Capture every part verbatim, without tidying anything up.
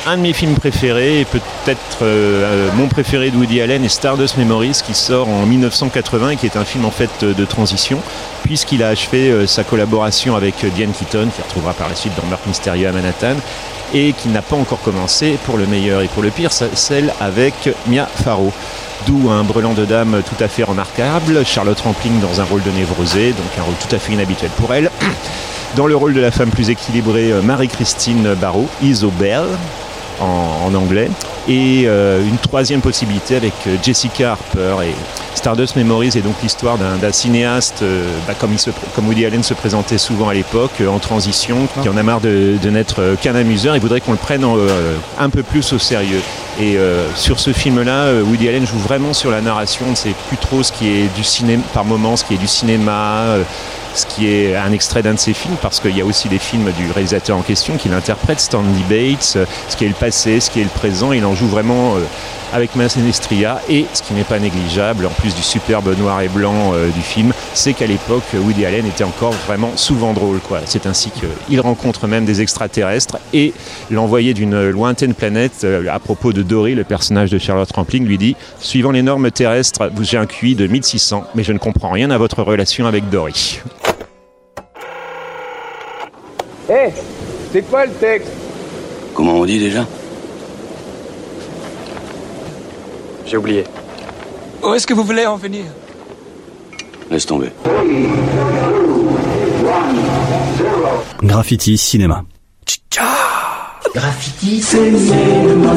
un de mes films préférés, et peut-être euh, mon préféré de Woody Allen, est Stardust Memories, qui sort en dix-neuf cent quatre-vingts et qui est un film en fait de transition, puisqu'il a achevé euh, sa collaboration avec Diane Keaton, qui retrouvera par la suite dans Meurtre mystérieux à Manhattan, et qui n'a pas encore commencé, pour le meilleur et pour le pire, celle avec Mia Farrow. D'où un brelan de dame tout à fait remarquable, Charlotte Rampling dans un rôle de névrosée, donc un rôle tout à fait inhabituel pour elle. Dans le rôle de la femme plus équilibrée, Marie-Christine Barrault, Isobel en, en anglais. Et euh, une troisième possibilité avec Jessica Harper. Et Stardust Memories est donc l'histoire d'un, d'un cinéaste, euh, bah, comme, il se, comme Woody Allen se présentait souvent à l'époque, euh, en transition, qui en a marre de, de n'être euh, qu'un amuseur et voudrait qu'on le prenne en, euh, un peu plus au sérieux. Et euh, sur ce film-là, Woody Allen joue vraiment sur la narration. On ne sait plus trop ce qui est du cinéma par moments, ce qui est du cinéma, euh, ce qui est un extrait d'un de ses films, parce qu'il y a aussi des films du réalisateur en question qui l'interprète, Stanley Bates, euh, ce qui est le passé, ce qui est le présent. Il en joue vraiment euh, avec Maestria, et ce qui n'est pas négligeable, en plus du superbe noir et blanc euh, du film, c'est qu'à l'époque, Woody Allen était encore vraiment souvent drôle, quoi. C'est ainsi qu'il rencontre même des extraterrestres, et l'envoyé d'une lointaine planète, euh, à propos de Dory, le personnage de Charlotte Rampling, lui dit « Suivant les normes terrestres, j'ai un Q I de mille six cents, mais je ne comprends rien à votre relation avec Dory. » Hé, hey, c'est quoi le texte? Comment on dit déjà? J'ai oublié. Où est-ce que vous voulez en venir? Laisse tomber. Graffiti Cinéma. Graffiti Cinéma.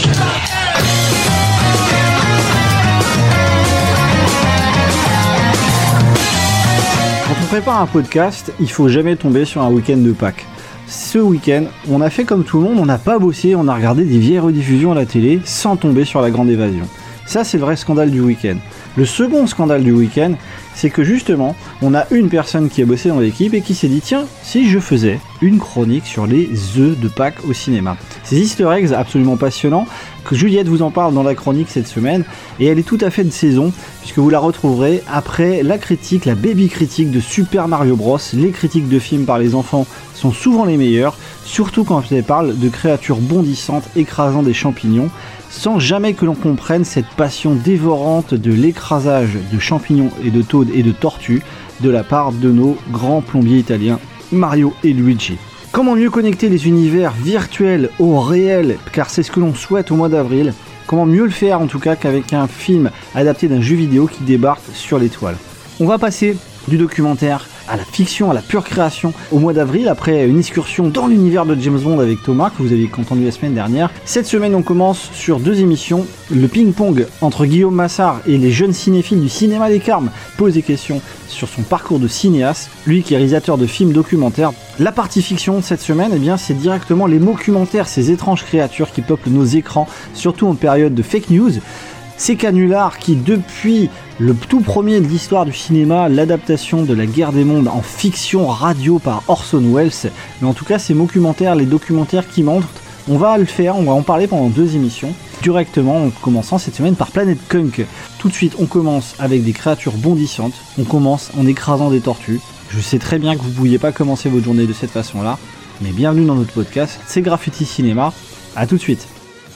Quand on prépare un podcast, il faut jamais tomber sur un week-end de Pâques. Ce week-end, on a fait comme tout le monde, on n'a pas bossé, on a regardé des vieilles rediffusions à la télé sans tomber sur La Grande Évasion. Ça, c'est le vrai scandale du week-end. Le second scandale du week-end, c'est que justement, on a une personne qui a bossé dans l'équipe et qui s'est dit « Tiens, si je faisais une chronique sur les œufs de Pâques au cinéma ». Ces easter eggs absolument passionnants, que Juliette vous en parle dans la chronique cette semaine, et elle est tout à fait de saison, puisque vous la retrouverez après la critique, la baby critique de Super Mario Bros. Les critiques de films par les enfants sont souvent les meilleures, surtout quand elles parlent de créatures bondissantes écrasant des champignons, sans jamais que l'on comprenne cette passion dévorante de l'écrasage de champignons et de taudes et de tortues de la part de nos grands plombiers italiens Mario et Luigi. Comment mieux connecter les univers virtuels au réel, car c'est ce que l'on souhaite au mois d'avril. Comment mieux le faire en tout cas qu'avec un film adapté d'un jeu vidéo qui débarque sur l'étoile. On va passer du documentaire à la fiction, à la pure création au mois d'avril, après une excursion dans l'univers de James Bond avec Thomas, que vous avez entendu la semaine dernière. Cette semaine, on commence sur deux émissions. Le ping-pong entre Guillaume Massard et les jeunes cinéphiles du cinéma des Carmes pose des questions sur son parcours de cinéaste, lui qui est réalisateur de films documentaires. La partie fiction de cette semaine, eh bien, c'est directement les mockumentaires, ces étranges créatures qui peuplent nos écrans, surtout en période de fake news. Ces canulars qui, depuis le tout premier de l'histoire du cinéma, l'adaptation de La Guerre des Mondes en fiction radio par Orson Welles, mais en tout cas ces mockumentaires, les documentaires qui montrent, on va le faire, on va en parler pendant deux émissions, directement en commençant cette semaine par Planet Kunk. Tout de suite, on commence avec des créatures bondissantes, on commence en écrasant des tortues. Je sais très bien que vous ne pouviez pas commencer votre journée de cette façon-là, mais bienvenue dans notre podcast, c'est Graffiti Cinéma, à tout de suite.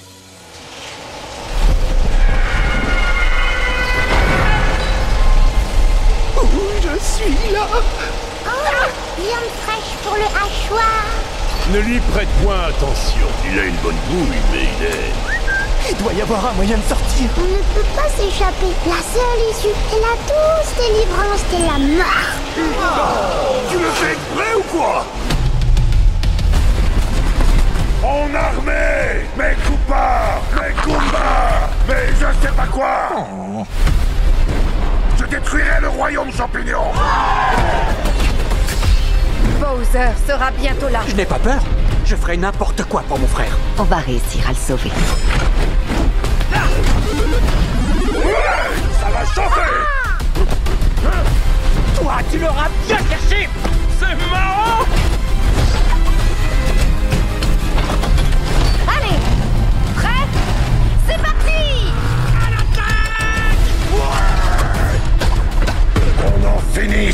Le hachoir. Ne lui prête point attention. Il a une bonne bouille, mais il est... Il doit y avoir un moyen de sortir. On ne peut pas s'échapper. La seule issue est la douce délivrance de la mort. Oh, tu le fais exprès ou quoi? En armée, mes coupas, mes combats, mais je sais pas quoi. Oh. Je détruirai le royaume champignon. Bowser sera bientôt là. Je n'ai pas peur. Je ferai n'importe quoi pour mon frère. On va réussir à le sauver. Ouais, ça va chauffer. Ah Toi, tu l'auras bien cherché. C'est marrant. Allez, prêt? C'est parti. À l'attaque. Ouais. Qu'on en finisse.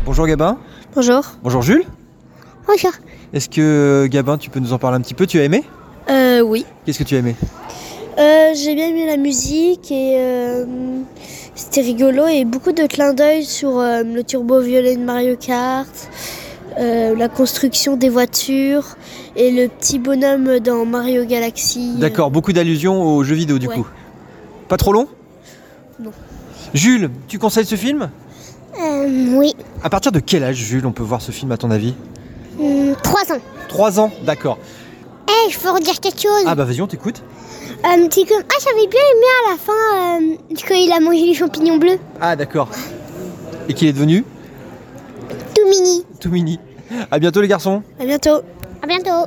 Bonjour Gabin. Bonjour. Bonjour Jules. Bonjour. Est-ce que Gabin, tu peux nous en parler un petit peu? Tu as aimé? Euh, oui. Qu'est-ce que tu as aimé? euh, J'ai bien aimé la musique et euh, c'était rigolo et beaucoup de clins d'œil sur euh, le turbo violet de Mario Kart, euh, la construction des voitures et le petit bonhomme dans Mario Galaxy. D'accord, beaucoup d'allusions aux jeux vidéo du ouais. coup. Pas trop long? Non. Jules, tu conseilles ce film? Euh, oui. À partir de quel âge, Jules, on peut voir ce film à ton avis? Hum, Trois ans. Trois ans, d'accord. Eh, hey, je peux redire quelque chose. Ah bah vas-y, on t'écoute. Euh, c'est comme... Ah, j'avais bien aimé à la fin euh, quand il a mangé les champignons bleus. Ah d'accord. Et qu'il est devenu? Tout mini. Tout mini. À bientôt les garçons. À bientôt. À bientôt.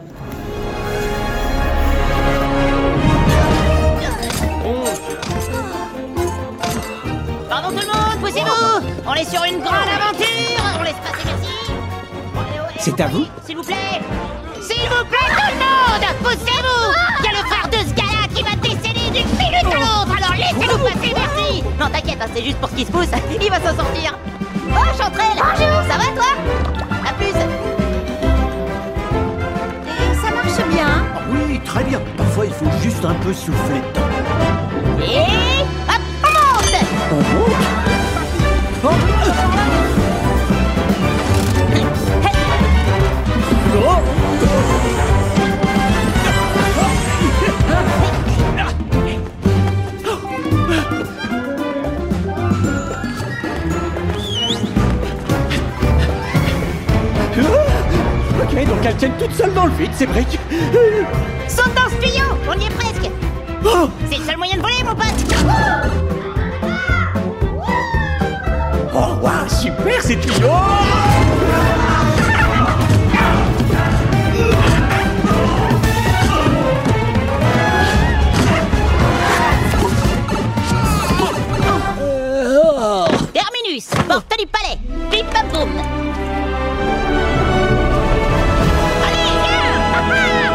Pardon tout le monde, poussez-vous. On est sur une grande aventure. On laisse passer, merci. C'est à vous? S'il vous plaît. S'il vous plaît tout le monde, poussez-vous. Il y a le frère de ce gars-là qui va décéder d'une minute à l'autre. Alors laissez-nous passer, merci. Non t'inquiète, hein, c'est juste pour qu'il se pousse. Il va s'en sortir. Oh Chanterelle. Bonjour. Ça va toi? À plus. Et ça marche bien? Oui, très bien. Parfois, il faut juste un peu souffler dedans. Et hop, on monte. On monte? Oh. Oh. Ok, donc elle tient toute seule dans le vide, ces briques. Saute dans ce tuyau, on y est presque. Oh. C'est le seul moyen de voler, mon pote. Oh, waouh, super ces tuyaux. Terminus, porte du palais. Pip pam boum. Allez, viens.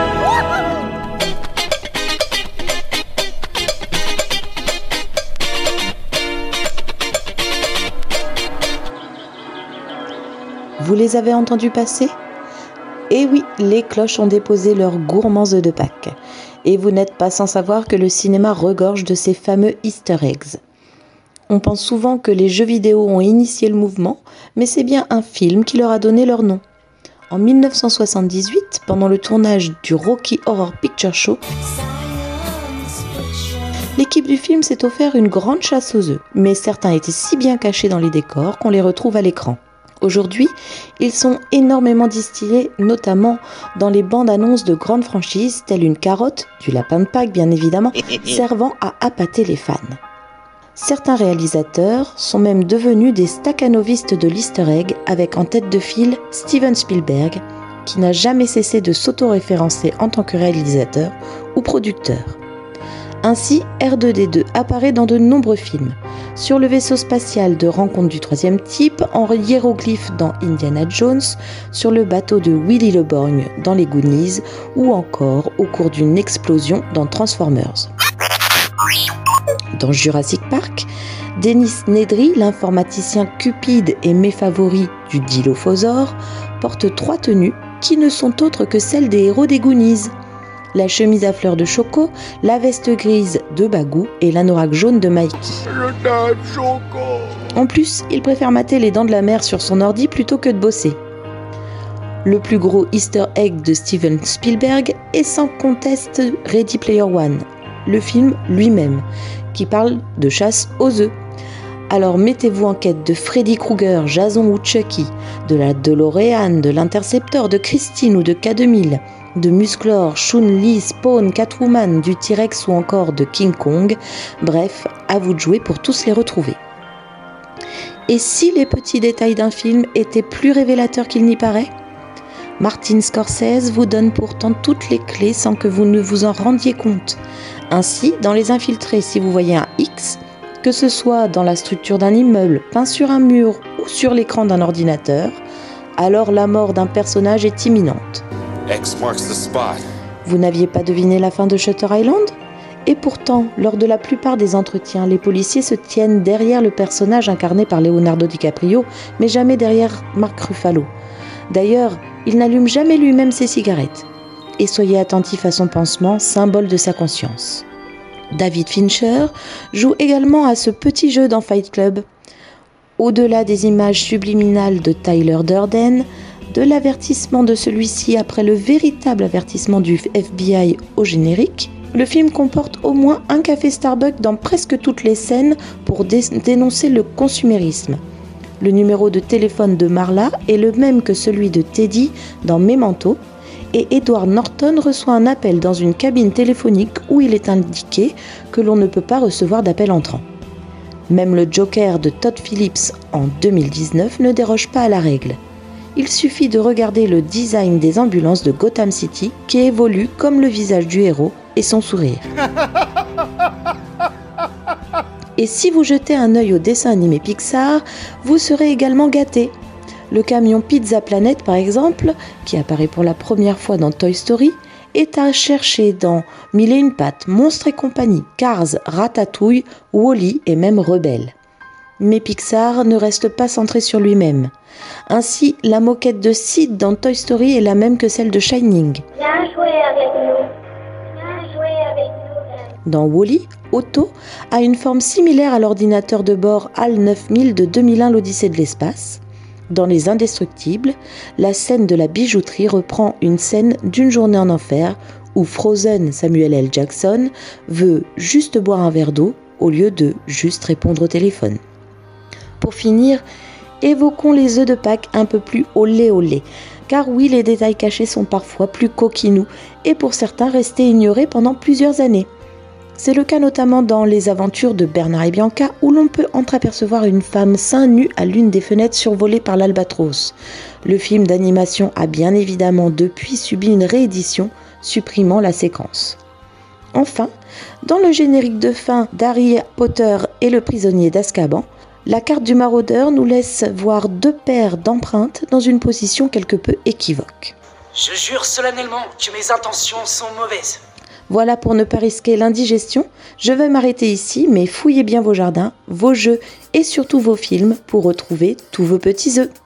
Vous les avez entendus passer? Eh oui, les cloches ont déposé leurs gourmands œufs de Pâques. Et vous n'êtes pas sans savoir que le cinéma regorge de ces fameux easter eggs. On pense souvent que les jeux vidéo ont initié le mouvement, mais c'est bien un film qui leur a donné leur nom. En dix-neuf cent soixante-dix-huit, pendant le tournage du Rocky Horror Picture Show, l'équipe du film s'est offert une grande chasse aux œufs, mais certains étaient si bien cachés dans les décors qu'on les retrouve à l'écran. Aujourd'hui, ils sont énormément distillés, notamment dans les bandes annonces de grandes franchises, telles une carotte, du lapin de Pâques bien évidemment, servant à appâter les fans. Certains réalisateurs sont même devenus des staccanovistes de l'easter egg, avec en tête de file Steven Spielberg, qui n'a jamais cessé de s'auto-référencer en tant que réalisateur ou producteur. Ainsi, R deux D deux apparaît dans de nombreux films, sur le vaisseau spatial de Rencontre du troisième type, en hiéroglyphe dans Indiana Jones, sur le bateau de Willy le Borgne dans les Goonies, ou encore au cours d'une explosion dans Transformers. Dans Jurassic Park, Dennis Nedry, l'informaticien cupide et méfavori du Dilophosaure, porte trois tenues qui ne sont autres que celles des héros des Goonies. La chemise à fleurs de choco, la veste grise de Bagou et l'anorak jaune de Mikey. En plus, il préfère mater les Dents de la Mer sur son ordi plutôt que de bosser. Le plus gros easter egg de Steven Spielberg est sans conteste Ready Player One, le film lui-même, qui parle de chasse aux œufs. Alors mettez-vous en quête de Freddy Krueger, Jason ou Chucky, de la DeLorean, de l'Interceptor, de Christine ou de K deux mille, de Musclor, Chun-Li, Spawn, Catwoman, du T-Rex ou encore de King Kong. Bref, à vous de jouer pour tous les retrouver. Et si les petits détails d'un film étaient plus révélateurs qu'il n'y paraît ? Martin Scorsese vous donne pourtant toutes les clés sans que vous ne vous en rendiez compte. Ainsi, dans Les Infiltrés, si vous voyez un X, que ce soit dans la structure d'un immeuble, peint sur un mur ou sur l'écran d'un ordinateur, alors la mort d'un personnage est imminente. X marks the spot. Vous n'aviez pas deviné la fin de Shutter Island ? Et pourtant, lors de la plupart des entretiens, les policiers se tiennent derrière le personnage incarné par Leonardo DiCaprio, mais jamais derrière Mark Ruffalo. D'ailleurs, il n'allume jamais lui-même ses cigarettes. Et soyez attentifs à son pansement, symbole de sa conscience. David Fincher joue également à ce petit jeu dans Fight Club. Au-delà des images subliminales de Tyler Durden, de l'avertissement de celui-ci après le véritable avertissement du F B I au générique, le film comporte au moins un café Starbucks dans presque toutes les scènes pour dé- dénoncer le consumérisme. Le numéro de téléphone de Marla est le même que celui de Teddy dans Memento, et Edward Norton reçoit un appel dans une cabine téléphonique où il est indiqué que l'on ne peut pas recevoir d'appel entrant. Même le Joker de Todd Phillips en deux mille dix-neuf ne déroge pas à la règle. Il suffit de regarder le design des ambulances de Gotham City qui évolue comme le visage du héros et son sourire. Et si vous jetez un œil au dessin animé Pixar, vous serez également gâté. Le camion Pizza Planet, par exemple, qui apparaît pour la première fois dans Toy Story, est à chercher dans Mille et une pattes, Monstres et compagnie, Cars, Ratatouille, Wall-E et même Rebelle. Mais Pixar ne reste pas centré sur lui-même. Ainsi, la moquette de Sid dans Toy Story est la même que celle de Shining. Viens jouer avec nous. Viens jouer avec nous. Dans Wall-E, Otto a une forme similaire à l'ordinateur de bord H A L neuf mille de deux mille un l'Odyssée de l'espace. Dans Les Indestructibles, la scène de la bijouterie reprend une scène d'une journée en enfer où Frozen Samuel L. Jackson veut juste boire un verre d'eau au lieu de juste répondre au téléphone. Pour finir, évoquons les œufs de Pâques un peu plus olé olé, car oui, les détails cachés sont parfois plus coquinous et pour certains restés ignorés pendant plusieurs années. C'est le cas notamment dans Les aventures de Bernard et Bianca où l'on peut entreapercevoir une femme seins nus à l'une des fenêtres survolées par l'albatros. Le film d'animation a bien évidemment depuis subi une réédition supprimant la séquence. Enfin, dans le générique de fin d'Harry Potter et le prisonnier d'Azkaban, la carte du maraudeur nous laisse voir deux paires d'empreintes dans une position quelque peu équivoque. Je jure solennellement que mes intentions sont mauvaises. Voilà, pour ne pas risquer l'indigestion, je vais m'arrêter ici, mais fouillez bien vos jardins, vos jeux et surtout vos films pour retrouver tous vos petits œufs.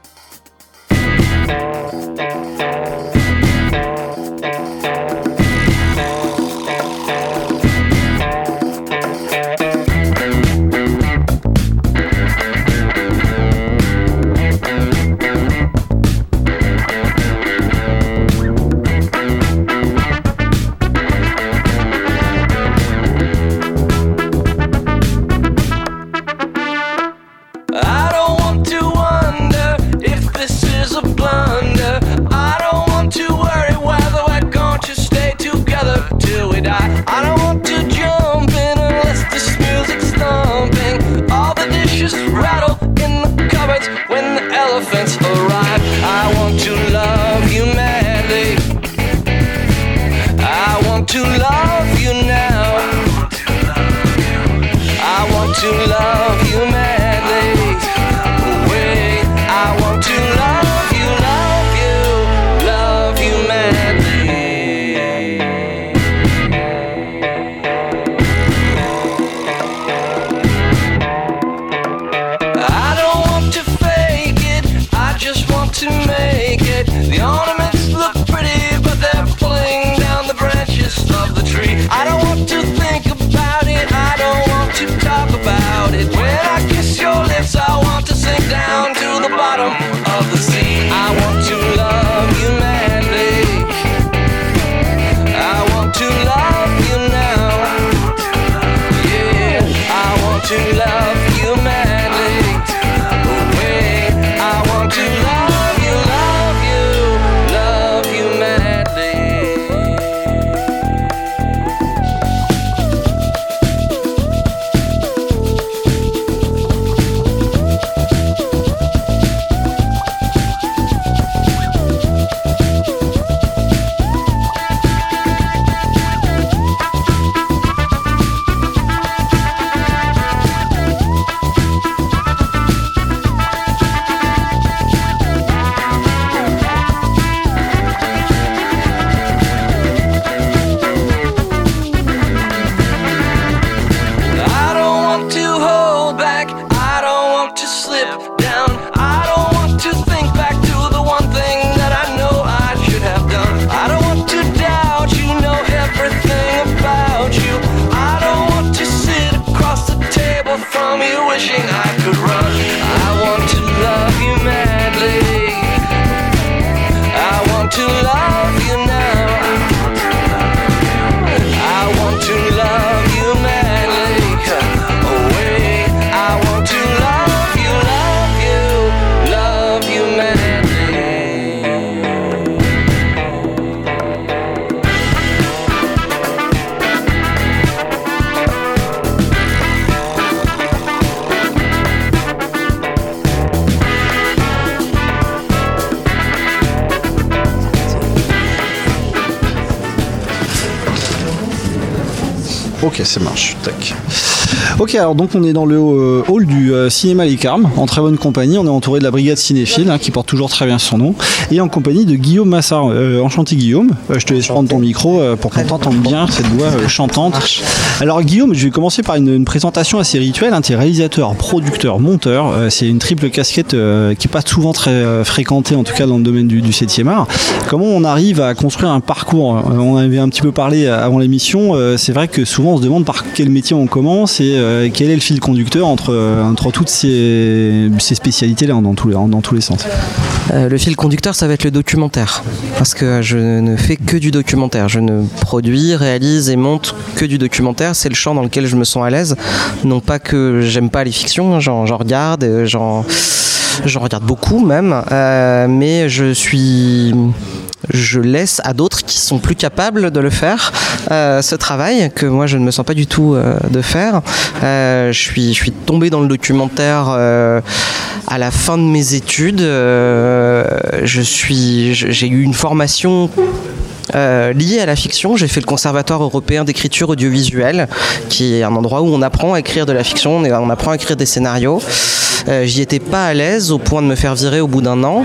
Ok, ça marche. Tac. Ok, alors donc on est dans le euh, hall du euh, cinéma Les Carmes, en très bonne compagnie. On est entouré de la brigade cinéphile, hein, qui porte toujours très bien son nom, et en compagnie de Guillaume Massard. Euh, enchanté Guillaume, euh, je te laisse prendre ton micro euh, pour qu'on t'entende bien, cette voix euh, chantante. Alors Guillaume, je vais commencer par une, une présentation assez rituelle. Hein, tu es réalisateur, producteur, monteur. Euh, c'est une triple casquette euh, qui n'est pas souvent très euh, fréquentée, en tout cas dans le domaine du, du septième art. Comment on arrive à construire un parcours? euh, On avait un petit peu parlé avant l'émission. Euh, c'est vrai que souvent on se demande par quel métier on commence et euh, quel est le fil conducteur entre, euh, entre toutes ces, ces spécialités-là, dans tous les, dans tous les sens. Euh, le fil conducteur, ça va être le documentaire, parce que je ne fais que du documentaire. Je ne produis, réalise et monte que du documentaire. C'est le champ dans lequel je me sens à l'aise. Non pas que j'aime pas les fictions, j'en, j'en regarde, j'en, j'en regarde beaucoup même, euh, mais je suis... je laisse à d'autres qui sont plus capables de le faire, euh, ce travail que moi je ne me sens pas du tout euh, de faire. Euh, je suis, je suis tombé dans le documentaire euh, à la fin de mes études. Euh, je suis, j'ai eu une formation Euh, lié à la fiction. J'ai fait le Conservatoire européen d'écriture audiovisuelle, qui est un endroit où on apprend à écrire de la fiction, on apprend à écrire des scénarios. Euh, j'y étais pas à l'aise au point de me faire virer au bout d'un an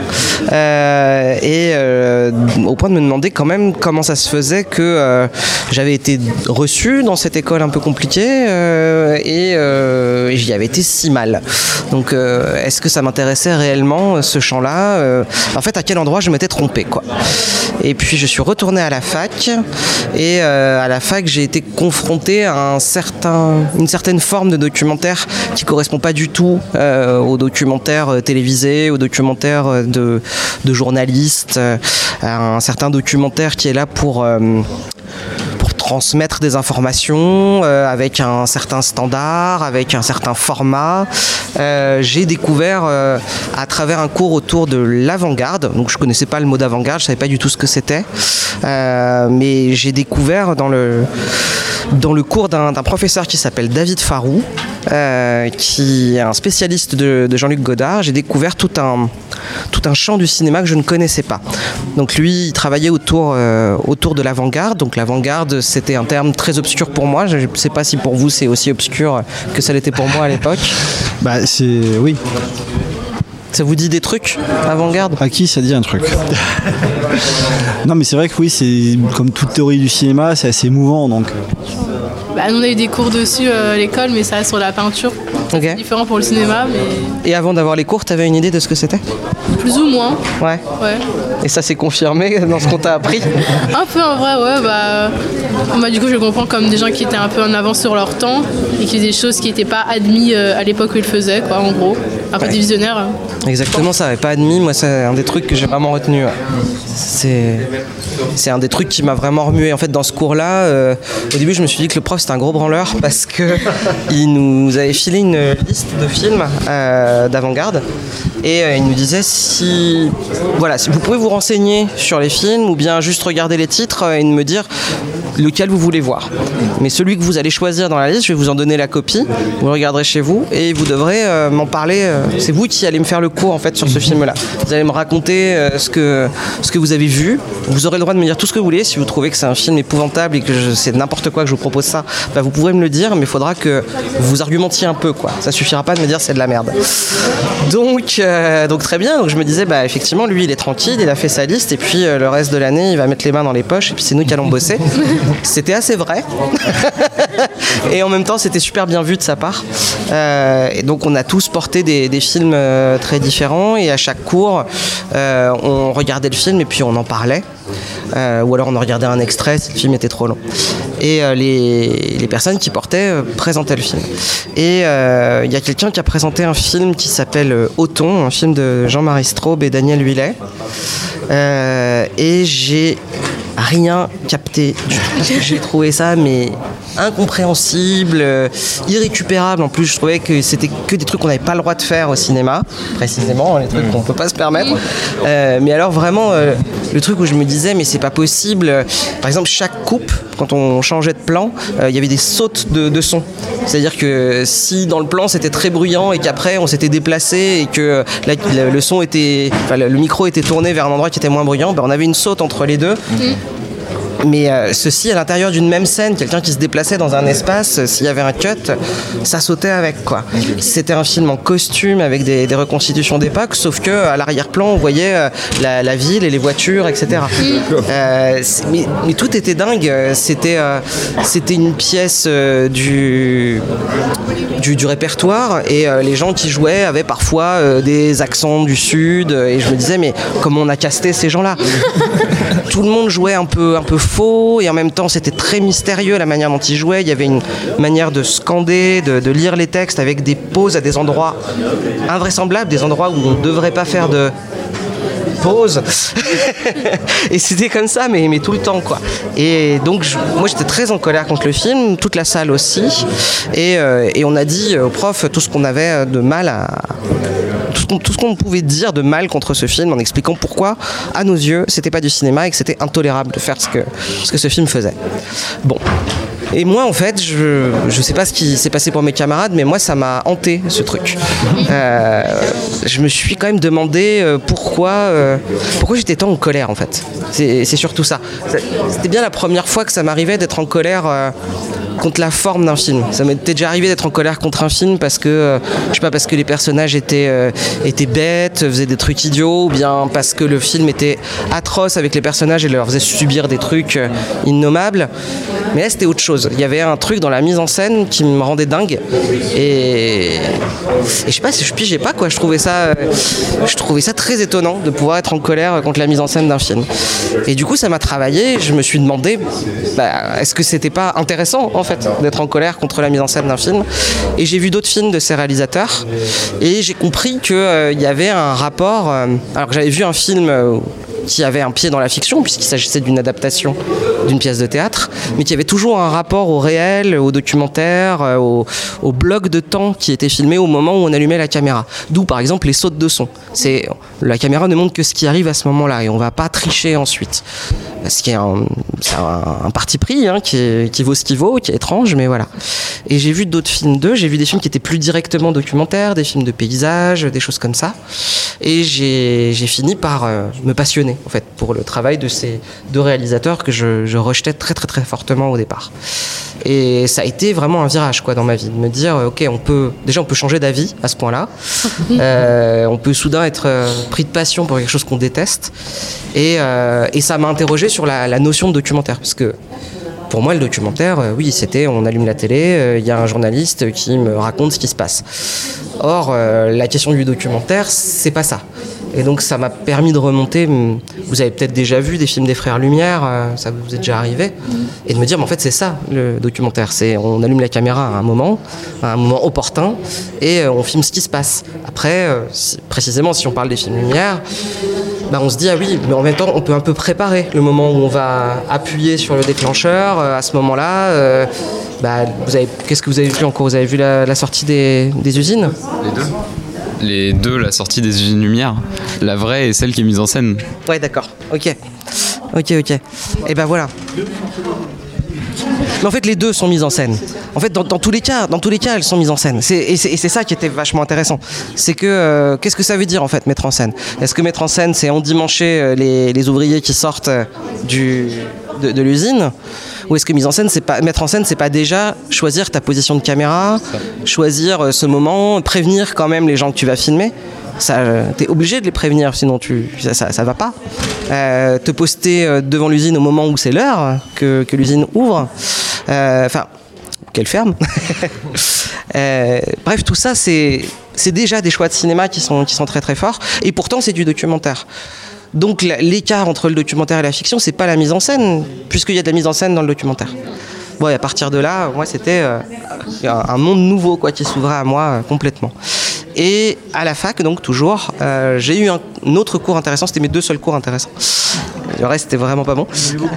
euh, et euh, au point de me demander quand même comment ça se faisait que euh, j'avais été reçu dans cette école un peu compliquée euh, et, euh, et j'y avais été si mal. Donc euh, est-ce que ça m'intéressait réellement, ce champ-là euh, en fait, à quel endroit je m'étais trompé, quoi. Et puis je suis retourné à la fac et euh, à la fac j'ai été confronté à un certain, une certaine forme de documentaire qui correspond pas du tout euh, aux documentaires télévisés, aux documentaires de, de journalistes, euh, un certain documentaire qui est là pour... Euh, transmettre des informations euh, avec un certain standard, avec un certain format. Euh, j'ai découvert euh, à travers un cours autour de l'avant-garde, donc je connaissais pas le mot d'avant-garde, je savais pas du tout ce que c'était, euh, mais j'ai découvert dans le dans le cours d'un, d'un professeur qui s'appelle David Farou, euh, qui est un spécialiste de, de Jean-Luc Godard. J'ai découvert tout un, tout un champ du cinéma que je ne connaissais pas. Donc lui, il travaillait autour, euh, autour de l'avant-garde. Donc l'avant-garde, c'était un terme très obscur pour moi. Je ne sais pas si pour vous, c'est aussi obscur que ça l'était pour moi à l'époque. Bah, c'est... oui. Ça vous dit des trucs, avant-garde? À qui ça dit un truc? Non, mais c'est vrai que oui, c'est comme toute théorie du cinéma, c'est assez émouvant, donc. Bah, on a eu des cours dessus euh, à l'école, mais ça sur la peinture. Okay. C'est différent pour le cinéma, mais... Et avant d'avoir les cours, t'avais une idée de ce que c'était? Plus ou moins. Ouais. Ouais. Et ça s'est confirmé dans ce qu'on t'a appris? Un peu en vrai, ouais. Bah, bah, du coup, je comprends comme des gens qui étaient un peu en avance sur leur temps et qui faisaient des choses qui n'étaient pas admises euh, à l'époque où ils le faisaient, quoi, en gros. Un peu ouais. Divisionnaire. Hein. Exactement, ça n'avait pas admis. Moi, c'est un des trucs que j'ai vraiment retenu. Ouais. C'est... c'est un des trucs qui m'a vraiment remué. En fait, dans ce cours-là, euh, au début, je me suis dit que le prof, c'était un gros branleur parce qu'il nous avait filé une liste de films euh, d'avant-garde et euh, il nous disait si, voilà, si vous pouvez vous renseigner sur les films ou bien juste regarder les titres euh, et me dire lequel vous voulez voir. Mais celui que vous allez choisir dans la liste, je vais vous en donner la copie, vous le regarderez chez vous et vous devrez euh, m'en parler. Euh, c'est vous qui allez me faire le cours en fait sur ce film-là. Vous allez me raconter euh, ce, que, ce que vous avez vu. Vous aurez le droit de me dire tout ce que vous voulez. Si vous trouvez que c'est un film épouvantable et que je, c'est n'importe quoi que je vous propose ça, bah vous pourrez me le dire, mais il faudra que vous argumentiez un peu, quoi. Ça suffira pas de me dire c'est de la merde. Donc, euh, donc très bien. Donc je me disais, bah effectivement, lui il est tranquille, il a fait sa liste et puis euh, le reste de l'année il va mettre les mains dans les poches et puis c'est nous qui allons bosser. C'était assez vrai. Et en même temps c'était super bien vu de sa part. Euh, et donc on a tous porté des, des films euh, très différents et à chaque cours euh, on regardait le film et puis on en parlait. Euh, ou alors on en regardait un extrait si le film était trop long. Et euh, les, les personnes qui portaient euh, présentaient le film. Et il euh, y a quelqu'un qui a présenté un film qui s'appelle euh, Othon, un film de Jean-Marie Straub et Daniel Huillet. Euh, et j'ai rien capté du tout. J'ai trouvé ça mais incompréhensible, euh, irrécupérable. En plus, je trouvais que c'était que des trucs qu'on n'avait pas le droit de faire au cinéma, précisément, les trucs qu'on peut pas se permettre. Euh, mais alors vraiment, euh, le truc où je me disais, mais c'est pas possible. Par exemple, chaque coupe, quand on changeait de plan, il euh, y avait des sautes de, de son. C'est-à-dire que si dans le plan c'était très bruyant et qu'après on s'était déplacé et que là, le, le son était, enfin, le, le micro était tourné vers un endroit qui était moins bruyant, ben on avait une saute entre les deux. Mmh. mais euh, ceci à l'intérieur d'une même scène, quelqu'un qui se déplaçait dans un espace, euh, s'il y avait un cut, ça sautait avec quoi. C'était un film en costume avec des, des reconstitutions d'époque, sauf que à l'arrière-plan on voyait euh, la, la ville et les voitures, et cetera. Euh, mais, mais tout était dingue. C'était, euh, c'était une pièce euh, du, du du répertoire et euh, les gens qui jouaient avaient parfois euh, des accents du sud et je me disais mais comment on a casté ces gens-là. Tout le monde jouait un peu un peu faux et en même temps c'était très mystérieux la manière dont ils jouaient. Il y avait une manière de scander, de, de lire les textes avec des pauses à des endroits invraisemblables, des endroits où on ne devrait pas faire de pause. Et c'était comme ça mais, mais tout le temps quoi. Et donc je, moi j'étais très en colère contre le film, toute la salle aussi et, euh, et on a dit au prof tout ce qu'on avait de mal à tout ce, qu'on, tout ce qu'on pouvait dire de mal contre ce film en expliquant pourquoi à nos yeux c'était pas du cinéma et que c'était intolérable de faire ce que, ce que ce film faisait. Bon. Et moi, en fait, je je sais pas ce qui s'est passé pour mes camarades, mais moi, ça m'a hanté, ce truc. Euh, je me suis quand même demandé euh, pourquoi, euh, pourquoi j'étais tant en colère, en fait. C'est, c'est surtout ça. C'était bien la première fois que ça m'arrivait d'être en colère euh, contre la forme d'un film. Ça m'était déjà arrivé d'être en colère contre un film parce que, euh, je sais pas, parce que les personnages étaient, euh, étaient bêtes, faisaient des trucs idiots, ou bien parce que le film était atroce avec les personnages et leur faisait subir des trucs euh, innommables. Mais là, c'était autre chose. Il y avait un truc dans la mise en scène qui me rendait dingue. Et, et je sais pas si je pigeais pas, quoi. Je trouvais ça, euh, je trouvais ça très étonnant de pouvoir être en colère contre la mise en scène d'un film. Et du coup, ça m'a travaillé. Je me suis demandé, bah, est-ce que c'était pas intéressant, en fait, d'être en colère contre la mise en scène d'un film. Et j'ai vu d'autres films de ces réalisateurs. Et j'ai compris qu'il euh, y avait un rapport. Euh, alors que j'avais vu un film. Euh, qui avait un pied dans la fiction, puisqu'il s'agissait d'une adaptation d'une pièce de théâtre, mais qui avait toujours un rapport au réel, au documentaire, au, au bloc de temps qui était filmé au moment où on allumait la caméra. D'où, par exemple, les sautes de son. C'est, la caméra ne montre que ce qui arrive à ce moment-là, et on ne va pas tricher ensuite. Ce qui est un, c'est un, un parti pris, hein, qui, est, qui vaut ce qu'il vaut, qui est étrange, mais voilà. Et j'ai vu d'autres films d'eux, j'ai vu des films qui étaient plus directement documentaires, des films de paysages, des choses comme ça. Et j'ai, j'ai fini par euh, me passionner, en fait, pour le travail de ces deux réalisateurs que je, je rejetais très très très fortement au départ. Et ça a été vraiment un virage, quoi, dans ma vie, de me dire ok, on peut déjà on peut changer d'avis à ce point-là, euh, on peut soudain être euh, pris de passion pour quelque chose qu'on déteste, et, euh, et ça m'a interrogé sur la, la notion de documentaire, parce que pour moi, le documentaire, euh, oui, c'était on allume la télé, il euh, y a un journaliste qui me raconte ce qui se passe. Or, euh, la question du documentaire, c'est pas ça. Et donc, ça m'a permis de remonter. Vous avez peut-être déjà vu des films des Frères Lumière, euh, ça vous est déjà arrivé, et de me dire, mais en fait, c'est ça le documentaire. C'est on allume la caméra à un moment, à un moment opportun, et euh, on filme ce qui se passe. Après, euh, si, précisément, si on parle des films Lumière. Bah on se dit ah oui, mais en même temps on peut un peu préparer le moment où on va appuyer sur le déclencheur. Euh, à ce moment-là, euh, bah, vous avez, qu'est-ce que vous avez vu encore ? Vous avez vu la, la sortie des, des usines ? Les deux. Les deux, la sortie des usines Lumière, la vraie et celle qui est mise en scène. Ouais, d'accord. Ok, ok, ok. Et ben voilà. Mais en fait, les deux sont mises en scène. En fait, dans, dans tous les cas, dans tous les cas, elles sont mises en scène. C'est, et, c'est, et c'est ça qui était vachement intéressant. C'est que euh, qu'est-ce que ça veut dire en fait, mettre en scène ? Est-ce que mettre en scène, c'est endimancher les, les ouvriers qui sortent du, de, de l'usine ? Ou est-ce que mise en scène, c'est pas mettre en scène, c'est pas déjà choisir ta position de caméra, choisir ce moment, prévenir quand même les gens que tu vas filmer ? Ça, t'es obligé de les prévenir, sinon tu, ça, ça, ça va pas. Euh, te poster devant l'usine au moment où c'est l'heure que, que l'usine ouvre, enfin, euh, qu'elle ferme. euh, bref, tout ça, c'est, c'est déjà des choix de cinéma qui sont, qui sont très très forts, et pourtant c'est du documentaire. Donc l'écart entre le documentaire et la fiction, c'est pas la mise en scène, puisqu'il y a de la mise en scène dans le documentaire. Bon, et à partir de là, moi, c'était euh, un monde nouveau, quoi, qui s'ouvrait à moi euh, complètement. Et à la fac, donc toujours, euh, j'ai eu un, un autre cours intéressant. C'était mes deux seuls cours intéressants. Le reste, c'était vraiment pas bon.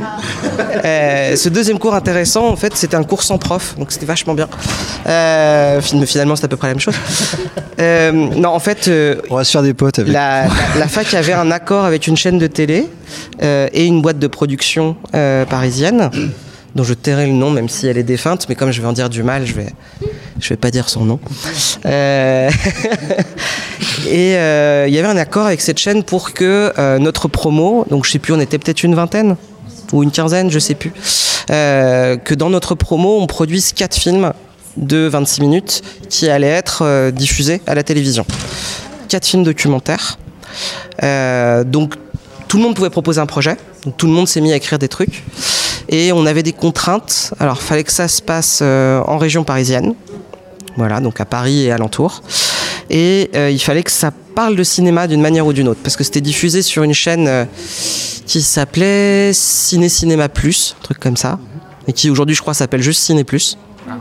Euh, ce deuxième cours intéressant, en fait, c'était un cours sans prof, donc c'était vachement bien. Euh, finalement, c'est à peu près la même chose. Euh, non, en fait, euh, on va se faire des potes avec. La, la, la fac avait un accord avec une chaîne de télé euh, et une boîte de production euh, parisienne, dont je tairai le nom, même si elle est défunte, mais comme je vais en dire du mal, je vais, je vais pas dire son nom. Euh... et il euh, y avait un accord avec cette chaîne pour que euh, notre promo, donc je sais plus, on était peut-être une vingtaine, ou une quinzaine, je sais plus, euh, que dans notre promo, on produise quatre films de vingt-six minutes qui allaient être euh, diffusés à la télévision. Quatre films documentaires. Euh, donc, tout le monde pouvait proposer un projet. Donc, tout le monde s'est mis à écrire des trucs. Et on avait des contraintes. Alors, il fallait que ça se passe euh, en région parisienne. Voilà, donc à Paris et alentours. Et euh, il fallait que ça parle de cinéma d'une manière ou d'une autre. Parce que c'était diffusé sur une chaîne euh, qui s'appelait Ciné Cinéma Plus, un truc comme ça. Et qui aujourd'hui, je crois, s'appelle juste Ciné Plus.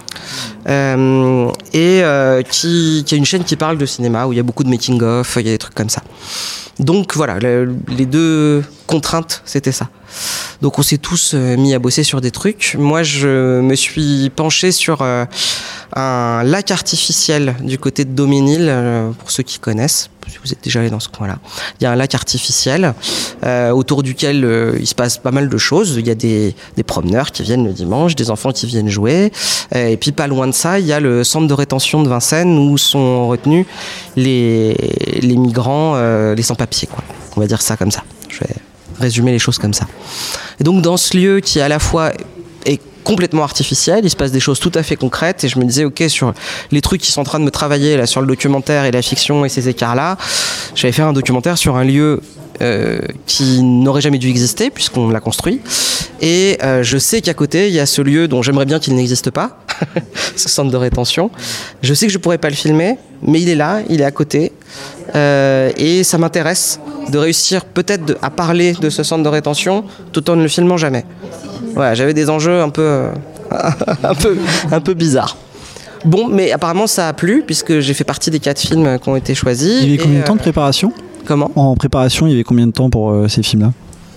Euh, et euh, qui, qui est une chaîne qui parle de cinéma, où il y a beaucoup de making-of, il y a des trucs comme ça. Donc voilà, le, les deux contraintes, c'était ça. Donc on s'est tous euh, mis à bosser sur des trucs. Moi, je me suis penché sur euh, un lac artificiel du côté de Daumesnil, euh, pour ceux qui connaissent, si vous êtes déjà allé dans ce coin-là. Il y a un lac artificiel euh, autour duquel euh, il se passe pas mal de choses. Il y a des, des promeneurs qui viennent le dimanche, des enfants qui viennent jouer. Euh, et puis pas loin de ça, il y a le centre de rétention de Vincennes où sont retenus les, les migrants, euh, les sans-papiers, quoi. On va dire ça comme ça. Je vais résumer les choses comme ça. Et donc dans ce lieu qui à la fois est complètement artificiel, il se passe des choses tout à fait concrètes et je me disais ok, sur les trucs qui sont en train de me travailler là sur le documentaire et la fiction et ces écarts là, j'allais faire un documentaire sur un lieu euh, qui n'aurait jamais dû exister puisqu'on l'a construit et euh, je sais qu'à côté il y a ce lieu dont j'aimerais bien qu'il n'existe pas, ce centre de rétention. Je sais que je pourrais pas le filmer mais il est là, il est à côté euh, et ça m'intéresse de réussir peut-être de, à parler de ce centre de rétention tout en ne le filmant jamais. Ouais, j'avais des enjeux un peu, euh, un peu, un peu bizarres. Bon, mais apparemment ça a plu puisque j'ai fait partie des quatre films qui ont été choisis. Il y avait combien et, de temps de euh, préparation ? Comment ? En préparation, il y avait combien de temps pour euh, ces films-là ?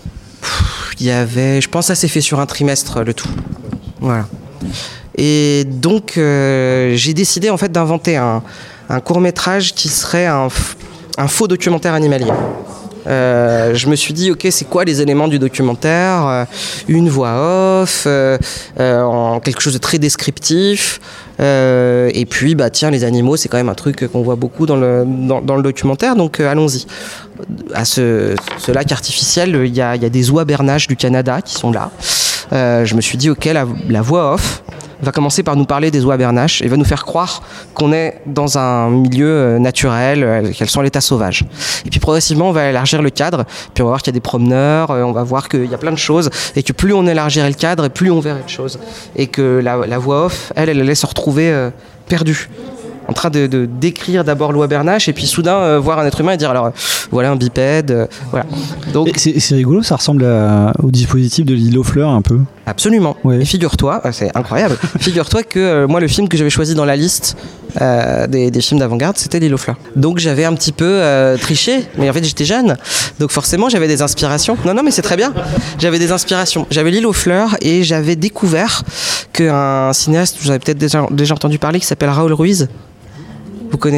Il y avait, je pense, que ça s'est fait sur un trimestre le tout. Voilà. Et donc euh, j'ai décidé en fait d'inventer un, un court-métrage qui serait un, un faux documentaire animalier. Euh, je me suis dit ok, c'est quoi les éléments du documentaire, euh, une voix off, euh, euh, en quelque chose de très descriptif, euh, et puis bah tiens, les animaux c'est quand même un truc qu'on voit beaucoup dans le, dans, dans le documentaire, donc euh, allons-y. À ce, ce lac artificiel, il y a, il y a des oies bernaches du Canada qui sont là. Euh, je me suis dit ok, la, la voix off va commencer par nous parler des oies bernaches et va nous faire croire qu'on est dans un milieu naturel, qu'elles sont à l'état sauvage. Et puis progressivement, on va élargir le cadre, puis on va voir qu'il y a des promeneurs, on va voir qu'il y a plein de choses, et que plus on élargirait le cadre, et plus on verrait de choses. Et que la, la voix off, elle, elle allait se retrouver euh, perdue, en train de, de décrire d'abord l'oie bernache, et puis soudain euh, voir un être humain et dire alors, euh, voilà un bipède, euh, voilà. Donc, c'est, c'est rigolo, ça ressemble à, au dispositif de l'île aux fleurs un peu. Absolument. Ouais. Et figure-toi, c'est incroyable, figure-toi que euh, moi le film que j'avais choisi dans la liste euh, des, des films d'avant-garde, c'était l'île aux fleurs. Donc j'avais un petit peu euh, triché, mais en fait j'étais jeune, donc forcément j'avais des inspirations. Non, non, mais c'est très bien. J'avais des inspirations. J'avais l'île aux fleurs et j'avais découvert qu'un cinéaste, vous avez peut-être déjà, déjà entendu parler, qui s'appelle Raúl Ruiz. Vous connaissez ?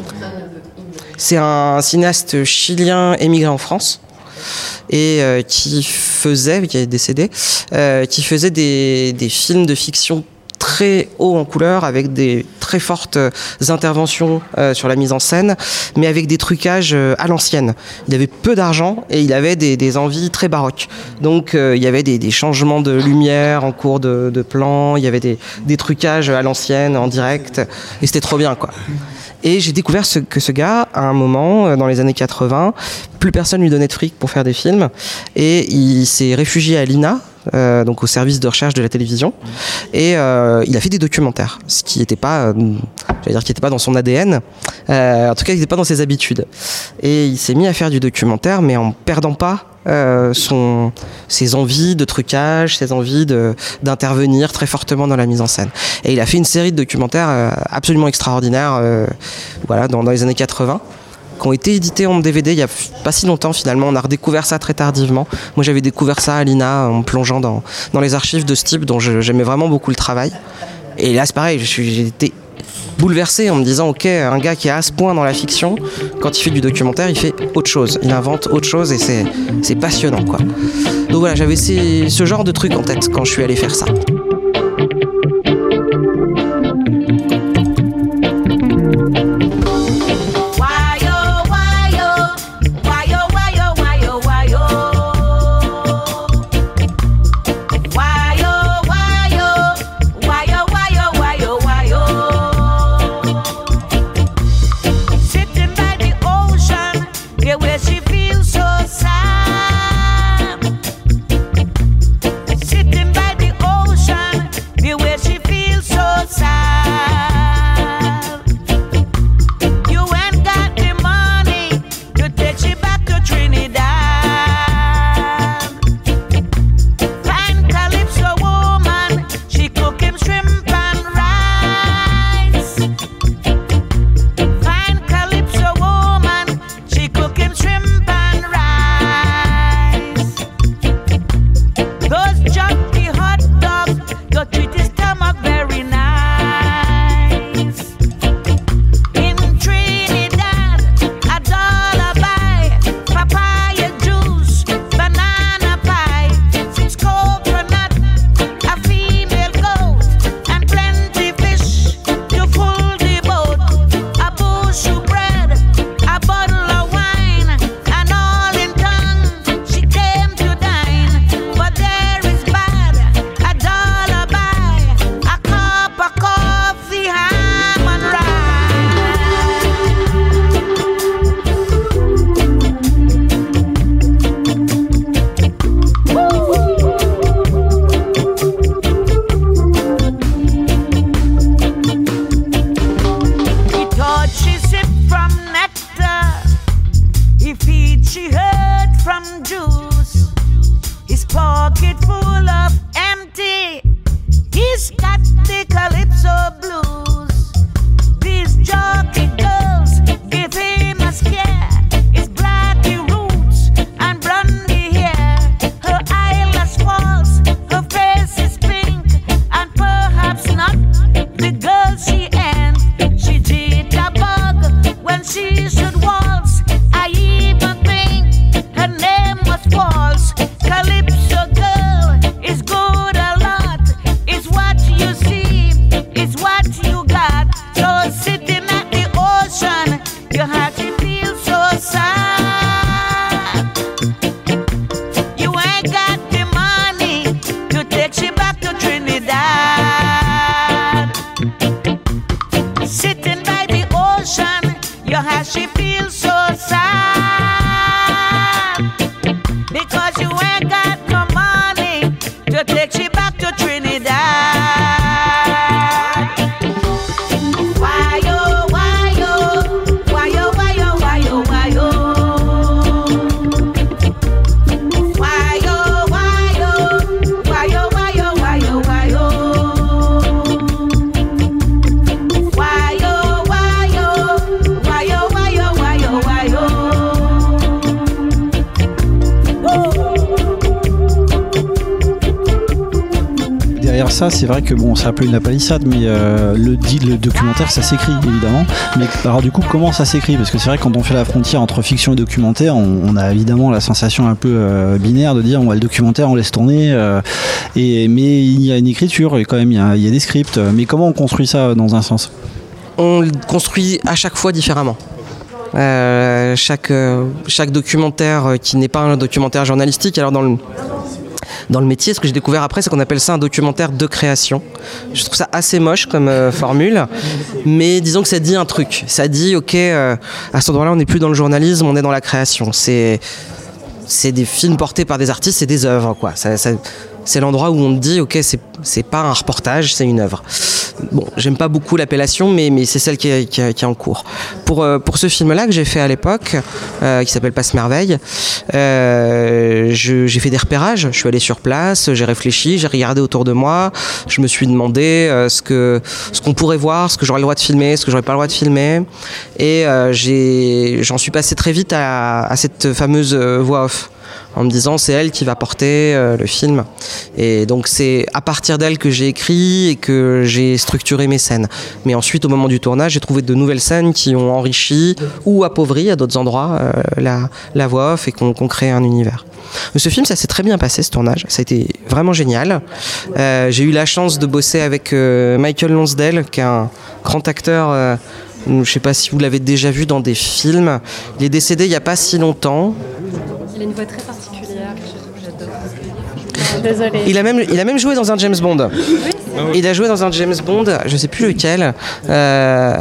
C'est un cinéaste chilien émigré en France et euh, qui faisait, qui est décédé, euh, qui faisait des, des films de fiction très haut en couleur avec des très fortes interventions euh, sur la mise en scène, mais avec des trucages euh, à l'ancienne. Il avait peu d'argent et il avait des, des envies très baroques. Donc euh, il y avait des, des changements de lumière en cours de, de plan, il y avait des, des trucages à l'ancienne, en direct, et c'était trop bien, quoi. Et j'ai découvert ce, que ce gars, à un moment, dans les années quatre-vingts, plus personne lui donnait de fric pour faire des films, et il s'est réfugié à l'I N A, euh, donc au service de recherche de la télévision, et euh, il a fait des documentaires, ce qui n'était pas, euh, j'allais dire qui n'était pas dans son A D N, euh, en tout cas il n'était pas dans ses habitudes. Et il s'est mis à faire du documentaire, mais en perdant pas Euh, son, ses envies de trucage, ses envies de, d'intervenir très fortement dans la mise en scène. Et il a fait une série de documentaires euh, absolument extraordinaires euh, voilà, dans, dans les années quatre-vingts, qui ont été édités en D V D il n'y a pas si longtemps finalement. On a redécouvert ça très tardivement. Moi j'avais découvert ça à l'I N A en plongeant dans, dans les archives de ce type dont je, j'aimais vraiment beaucoup le travail. Et là c'est pareil, je suis, j'ai été bouleversé en me disant ok, un gars qui est à ce point dans la fiction, quand il fait du documentaire il fait autre chose, il invente autre chose et c'est, c'est passionnant, quoi. Donc voilà, j'avais ces, ce genre de truc en tête quand je suis allé faire ça. ça, c'est vrai que bon, c'est un peu une la palissade, mais euh, le, le documentaire, ça s'écrit évidemment. Mais alors du coup, comment ça s'écrit? Parce que c'est vrai que quand on fait la frontière entre fiction et documentaire, on, on a évidemment la sensation un peu euh, binaire de dire on va le documentaire, on laisse tourner. Euh, et mais il y a une écriture, quand même, il y a, il y a des scripts. Mais comment on construit ça dans un sens? On le construit à chaque fois différemment. Euh, chaque, euh, chaque documentaire qui n'est pas un documentaire journalistique, alors dans le Dans le métier, ce que j'ai découvert après, c'est qu'on appelle ça un documentaire de création. Je trouve ça assez moche comme euh, formule, mais disons que ça dit un truc. Ça dit, ok, euh, à cet endroit-là, on n'est plus dans le journalisme, on est dans la création. C'est, c'est des films portés par des artistes, c'est des œuvres, quoi. Ça, ça, c'est l'endroit où on te dit, ok, c'est, c'est pas un reportage, c'est une œuvre. Bon, j'aime pas beaucoup l'appellation, mais, mais c'est celle qui est, qui, est, qui est en cours. Pour, euh, pour ce film-là que j'ai fait à l'époque, euh, qui s'appelle Passe-Merveille, euh, je, j'ai fait des repérages. Je suis allé sur place, j'ai réfléchi, j'ai regardé autour de moi, je me suis demandé euh, ce, que, ce qu'on pourrait voir, ce que j'aurais le droit de filmer, ce que j'aurais pas le droit de filmer. Et euh, j'ai, j'en suis passé très vite à, à cette fameuse euh, voix off, en me disant c'est elle qui va porter euh, le film. Et donc c'est à partir d'elle que j'ai écrit et que j'ai structuré mes scènes. Mais ensuite, au moment du tournage, j'ai trouvé de nouvelles scènes qui ont enrichi ou appauvri à d'autres endroits euh, la, la voix off et qu'on, qu'on crée un univers. Ce film, ça s'est très bien passé, ce tournage. Ça a été vraiment génial. Euh, j'ai eu la chance de bosser avec euh, Michael Lonsdale, qui est un grand acteur. Euh, je ne sais pas si vous l'avez déjà vu dans des films. Il est décédé il n'y a pas si longtemps. Il a une voix très particulière, j'adore. Désolée. Il a même, il a même joué dans un James Bond. Oui, il a joué dans un James Bond, je ne sais plus lequel. Euh...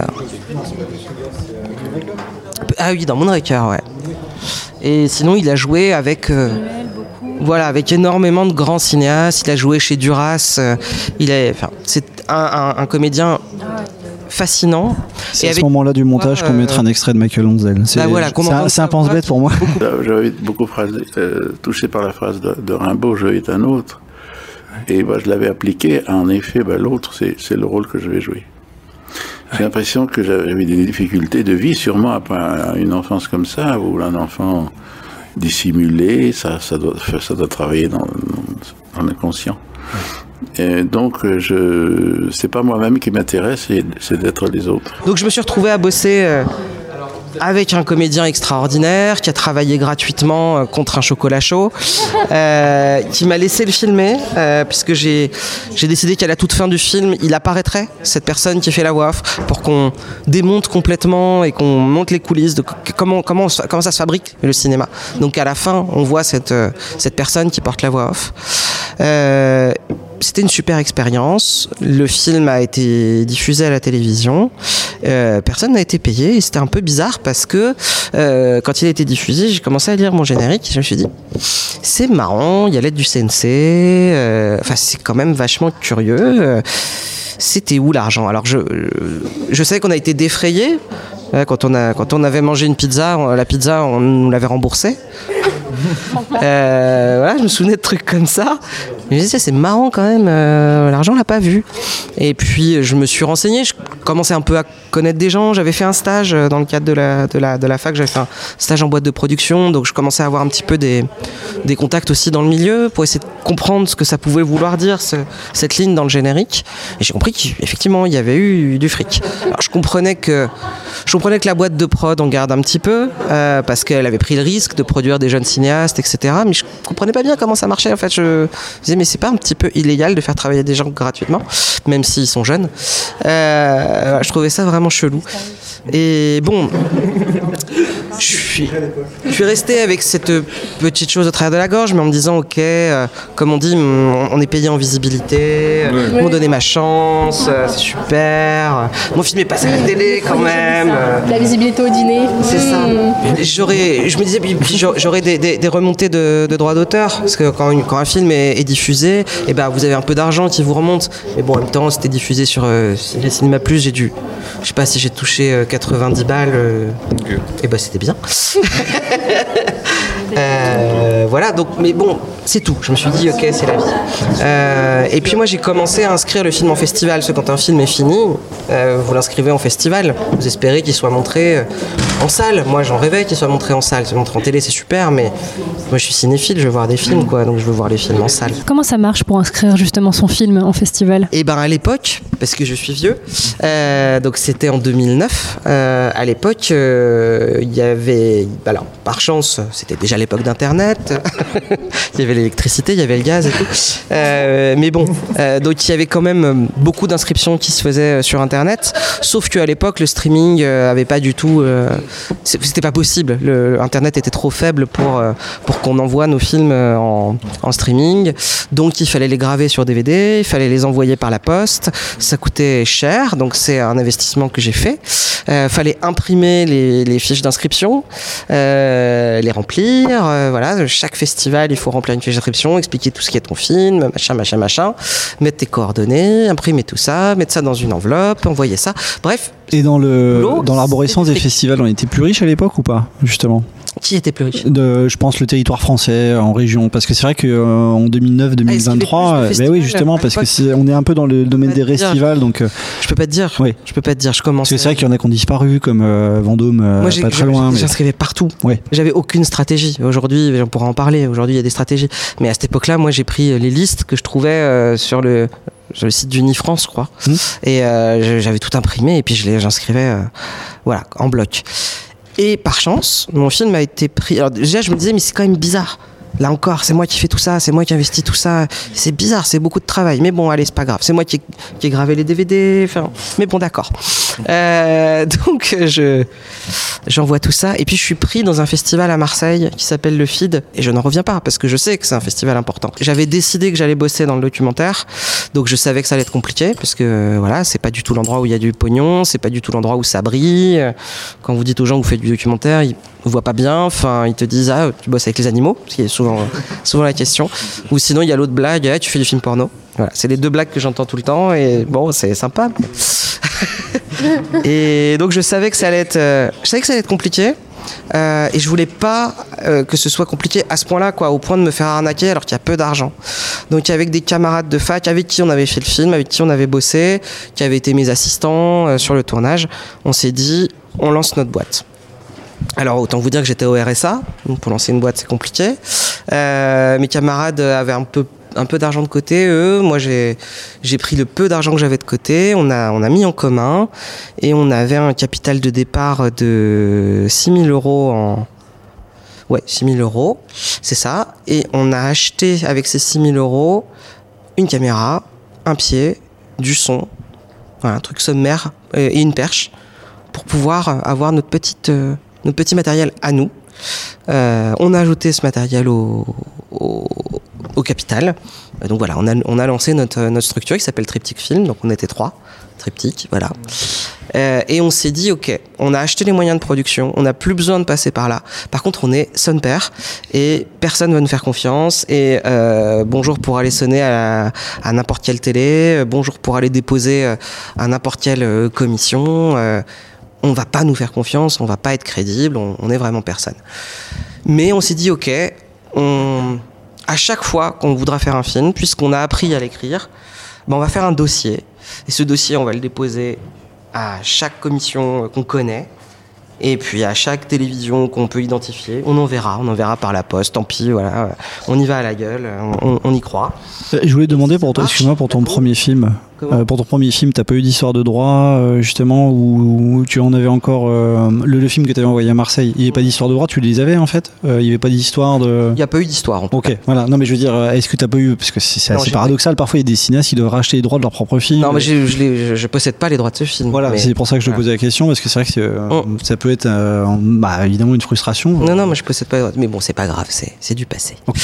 Ah oui, dans Moonraker, ouais. Et sinon, il a joué avec, euh, voilà, avec énormément de grands cinéastes. Il a joué chez Duras. Euh, il est, enfin, c'est un, un, un comédien fascinant. C'est et à avec... ce moment-là du montage euh... qu'on mettra un extrait de Michael Lonsdale. C'est, bah voilà, c'est, un, c'est un pense-bête pour moi. J'avais beaucoup phrasé, euh, touché par la phrase de, de Rimbaud, je est un autre. Et bah, je l'avais appliqué. En effet, bah, l'autre, c'est, c'est le rôle que je vais jouer. J'ai l'impression que j'avais des difficultés de vie, sûrement après une enfance comme ça, où un enfant dissimulé, ça, ça, doit, ça doit travailler dans, dans l'inconscient. Et donc, je, c'est pas moi-même qui m'intéresse, c'est, c'est d'être les autres. Donc, je me suis retrouvé à bosser euh, avec un comédien extraordinaire qui a travaillé gratuitement euh, contre un chocolat chaud, euh, qui m'a laissé le filmer, euh, puisque j'ai, j'ai décidé qu'à la toute fin du film, il apparaîtrait, cette personne qui fait la voix off, pour qu'on démonte complètement et qu'on monte les coulisses de comment, comment, comment ça se fabrique le cinéma. Donc, à la fin, on voit cette, euh, cette personne qui porte la voix off. Euh, C'était une super expérience. Le film a été diffusé à la télévision. Euh, personne n'a été payé et c'était un peu bizarre parce que euh, quand il a été diffusé, j'ai commencé à lire mon générique et je me suis dit c'est marrant, il y a l'aide du C N C. Euh, enfin, c'est quand même vachement curieux. Euh, c'était où l'argent? Alors je, je sais qu'on a été défrayé. Quand on, a, quand on avait mangé une pizza, la pizza, on nous l'avait remboursée. Euh, voilà, je me souvenais de trucs comme ça. Je me disais, c'est marrant quand même, euh, l'argent, on l'a pas vu. Et puis, je me suis renseigné, je commençais un peu à connaître des gens. J'avais fait un stage dans le cadre de la, de la, de la fac, j'avais fait un stage en boîte de production, donc je commençais à avoir un petit peu des, des contacts aussi dans le milieu pour essayer de comprendre ce que ça pouvait vouloir dire, ce, cette ligne dans le générique. Et j'ai compris qu'effectivement, il y avait eu du fric. Alors, je comprenais que, je comprenais que la boîte de prod en garde un petit peu, euh, parce qu'elle avait pris le risque de produire des jeunes cinéastes, et cetera. Mais je comprenais pas bien comment ça marchait. En fait, je me disais, mais c'est pas un petit peu illégal de faire travailler des gens gratuitement, même s'ils sont jeunes. Euh, je trouvais ça vraiment chelou. Et bon, je suis, je suis resté avec cette petite chose au travers de la gorge, mais en me disant, ok, euh, comme on dit, on, on est payé en visibilité, ouais. On m'a donné ma chance, euh, c'est super. Mon film est passé à la télé quand même. Euh, la visibilité au dîner. C'est mmh. ça. J'aurais, je me disais, puis, puis j'aurais des, des, des remontées de, de droits d'auteur, parce que quand, une, quand un film est, est diffusé, et ben vous avez un peu d'argent qui vous remonte. Mais bon, en même temps, c'était diffusé sur euh, les Cinéma Plus, j'ai dû, je sais pas si j'ai touché euh, quatre-vingt-dix balles, euh, okay. Et ben c'était bien. euh, voilà, donc, mais bon, c'est tout. Je me suis dit, ok, c'est la vie. Euh, et puis moi, j'ai commencé à inscrire le film en festival. Parce que quand un film est fini, euh, vous l'inscrivez en festival. Vous espérez qu'il soit montré euh, en salle. Moi, j'en rêvais qu'il soit montré en salle. Se montrer en télé, c'est super, mais moi, je suis cinéphile, je veux voir des films, quoi. Donc, je veux voir les films en salle. Comment ça marche pour inscrire justement son film en festival ? Et ben à l'époque, parce que je suis vieux, euh, donc c'était en deux mille neuf. Euh, à l'époque, il euh, y avait, alors par chance, c'était déjà l'époque d'Internet. Il y avait l'électricité, il y avait le gaz et tout. Euh, mais bon, euh, donc il y avait quand même beaucoup d'inscriptions qui se faisaient sur Internet. Sauf qu'à l'époque, le streaming euh, avait pas du tout, euh, c'était pas possible. Le, Internet était trop faible pour euh, pour qu'on envoie nos films en, en streaming. Donc il fallait les graver sur D V D, il fallait les envoyer par la poste. Ça coûtait cher, donc c'est un investissement que j'ai fait. Euh, fallait imprimer les, les fiches d'inscription, euh, les remplir. Euh, voilà, chaque festival, il faut remplir une fiche d'inscription, expliquer tout ce qui est ton film, machin, machin, machin, mettre tes coordonnées, imprimer tout ça, mettre ça dans une enveloppe, envoyer ça. Bref. Et dans le dans l'arborescence des festivals, on était plus riche à l'époque ou pas, justement ? Qui était plus riche ? de, Je pense le territoire français en région, parce que c'est vrai qu'en euh, deux mille neuf deux mille vingt-trois, ah, ben oui justement, parce que c'est, on est un peu dans le domaine des festivals, donc euh, je peux pas te dire. Oui. Je peux pas te dire. Je commence. Parce que c'est vrai qu'il y en a qui ont disparu, comme euh, Vendôme, euh, Moi, pas très loin. J'inscrivais mais... partout. Ouais. J'avais aucune stratégie. Aujourd'hui, on pourra en parler. Aujourd'hui, il y a des stratégies. Mais à cette époque-là, moi, j'ai pris les listes que je trouvais euh, sur le sur le site d'Unifrance, je crois. Mmh. Et euh, j'avais tout imprimé et puis je les, j'inscrivais, euh, voilà, en bloc. Et par chance, mon film a été pris. Alors déjà, je me disais, mais c'est quand même bizarre. Là encore, c'est moi qui fais tout ça, c'est moi qui investis tout ça. C'est bizarre, c'est beaucoup de travail. Mais bon, allez, c'est pas grave. C'est moi qui ai, qui ai gravé les D V D. Enfin, mais bon, d'accord. Euh, donc, je, j'envoie tout ça. Et puis, je suis pris dans un festival à Marseille qui s'appelle le F I D. Et je n'en reviens pas parce que je sais que c'est un festival important. J'avais décidé que j'allais bosser dans le documentaire. Donc, je savais que ça allait être compliqué parce que, voilà, c'est pas du tout l'endroit où il y a du pognon. C'est pas du tout l'endroit où ça brille. Quand vous dites aux gens que vous faites du documentaire, ils ne voient pas bien. Enfin, ils te disent, ah, tu bosses avec les animaux. Ce qui est souvent, souvent la question. Ou sinon, il y a l'autre blague, ah, tu fais du film porno. Voilà, c'est les deux blagues que j'entends tout le temps. Et bon, c'est sympa. Mais... et donc je savais que ça allait être, euh, je savais que ça allait être compliqué euh, et je voulais pas euh, que ce soit compliqué à ce point-là, quoi, au point de me faire arnaquer alors qu'il y a peu d'argent. Donc avec des camarades de fac avec qui on avait fait le film, avec qui on avait bossé, qui avaient été mes assistants euh, sur le tournage, on s'est dit on lance notre boîte. Alors autant vous dire que j'étais au R S A, donc pour lancer une boîte c'est compliqué. Euh, mes camarades avaient un peu un peu d'argent de côté, eux. Moi, j'ai, j'ai pris le peu d'argent que j'avais de côté. On a, on a mis en commun et on avait un capital de départ de six mille euros en, ouais, six mille euros. C'est ça. Et on a acheté avec ces six mille euros une caméra, un pied, du son, voilà, un truc sommaire et une perche pour pouvoir avoir notre petite, euh, notre petit matériel à nous. Euh, on a ajouté ce matériel au, au, au capital. Donc voilà, on a, on a lancé notre, notre structure qui s'appelle Triptyque Film. Donc on était trois, Triptyque, voilà. Euh, et on s'est dit, ok, on a acheté les moyens de production, on n'a plus besoin de passer par là. Par contre, on est son père et personne ne va nous faire confiance. Et euh, bonjour pour aller sonner à, à n'importe quelle télé, bonjour pour aller déposer à n'importe quelle euh, commission. Euh, on va pas nous faire confiance, on va pas être crédible, on, on est vraiment personne. Mais on s'est dit, ok, on, à chaque fois qu'on voudra faire un film, puisqu'on a appris à l'écrire, ben on va faire un dossier. Et ce dossier, on va le déposer à chaque commission qu'on connaît, et puis à chaque télévision qu'on peut identifier. On en verra, on en verra par la poste, tant pis, voilà, on y va à la gueule, on, on y croit. Je voulais te demander, pour ton, excuse-moi, pour ton premier film, euh, pour ton premier film, t'as pas eu d'histoire de droit, euh, justement, ou, ou tu en avais encore, euh, le, le film que t'avais envoyé à Marseille, il n'y avait pas d'histoire de droit, tu les avais en fait, euh, il n'y avait pas d'histoire de... Il n'y a pas eu d'histoire en tout Ok, cas. Voilà, non mais je veux dire, est-ce que t'as pas eu, parce que c'est, c'est Non, assez j'ai paradoxal, parfois il y a des cinéastes qui doivent racheter les droits de leur propre film. Non mais je, je, les, je, je possède pas les droits de ce film. Voilà, mais... c'est pour ça que je te voilà. posais la question, parce que c'est vrai que euh, mm. ça peut être euh, bah, évidemment une frustration. Non, non, moi je possède pas les droits, mais bon, c'est pas grave, c'est, c'est du passé. Okay.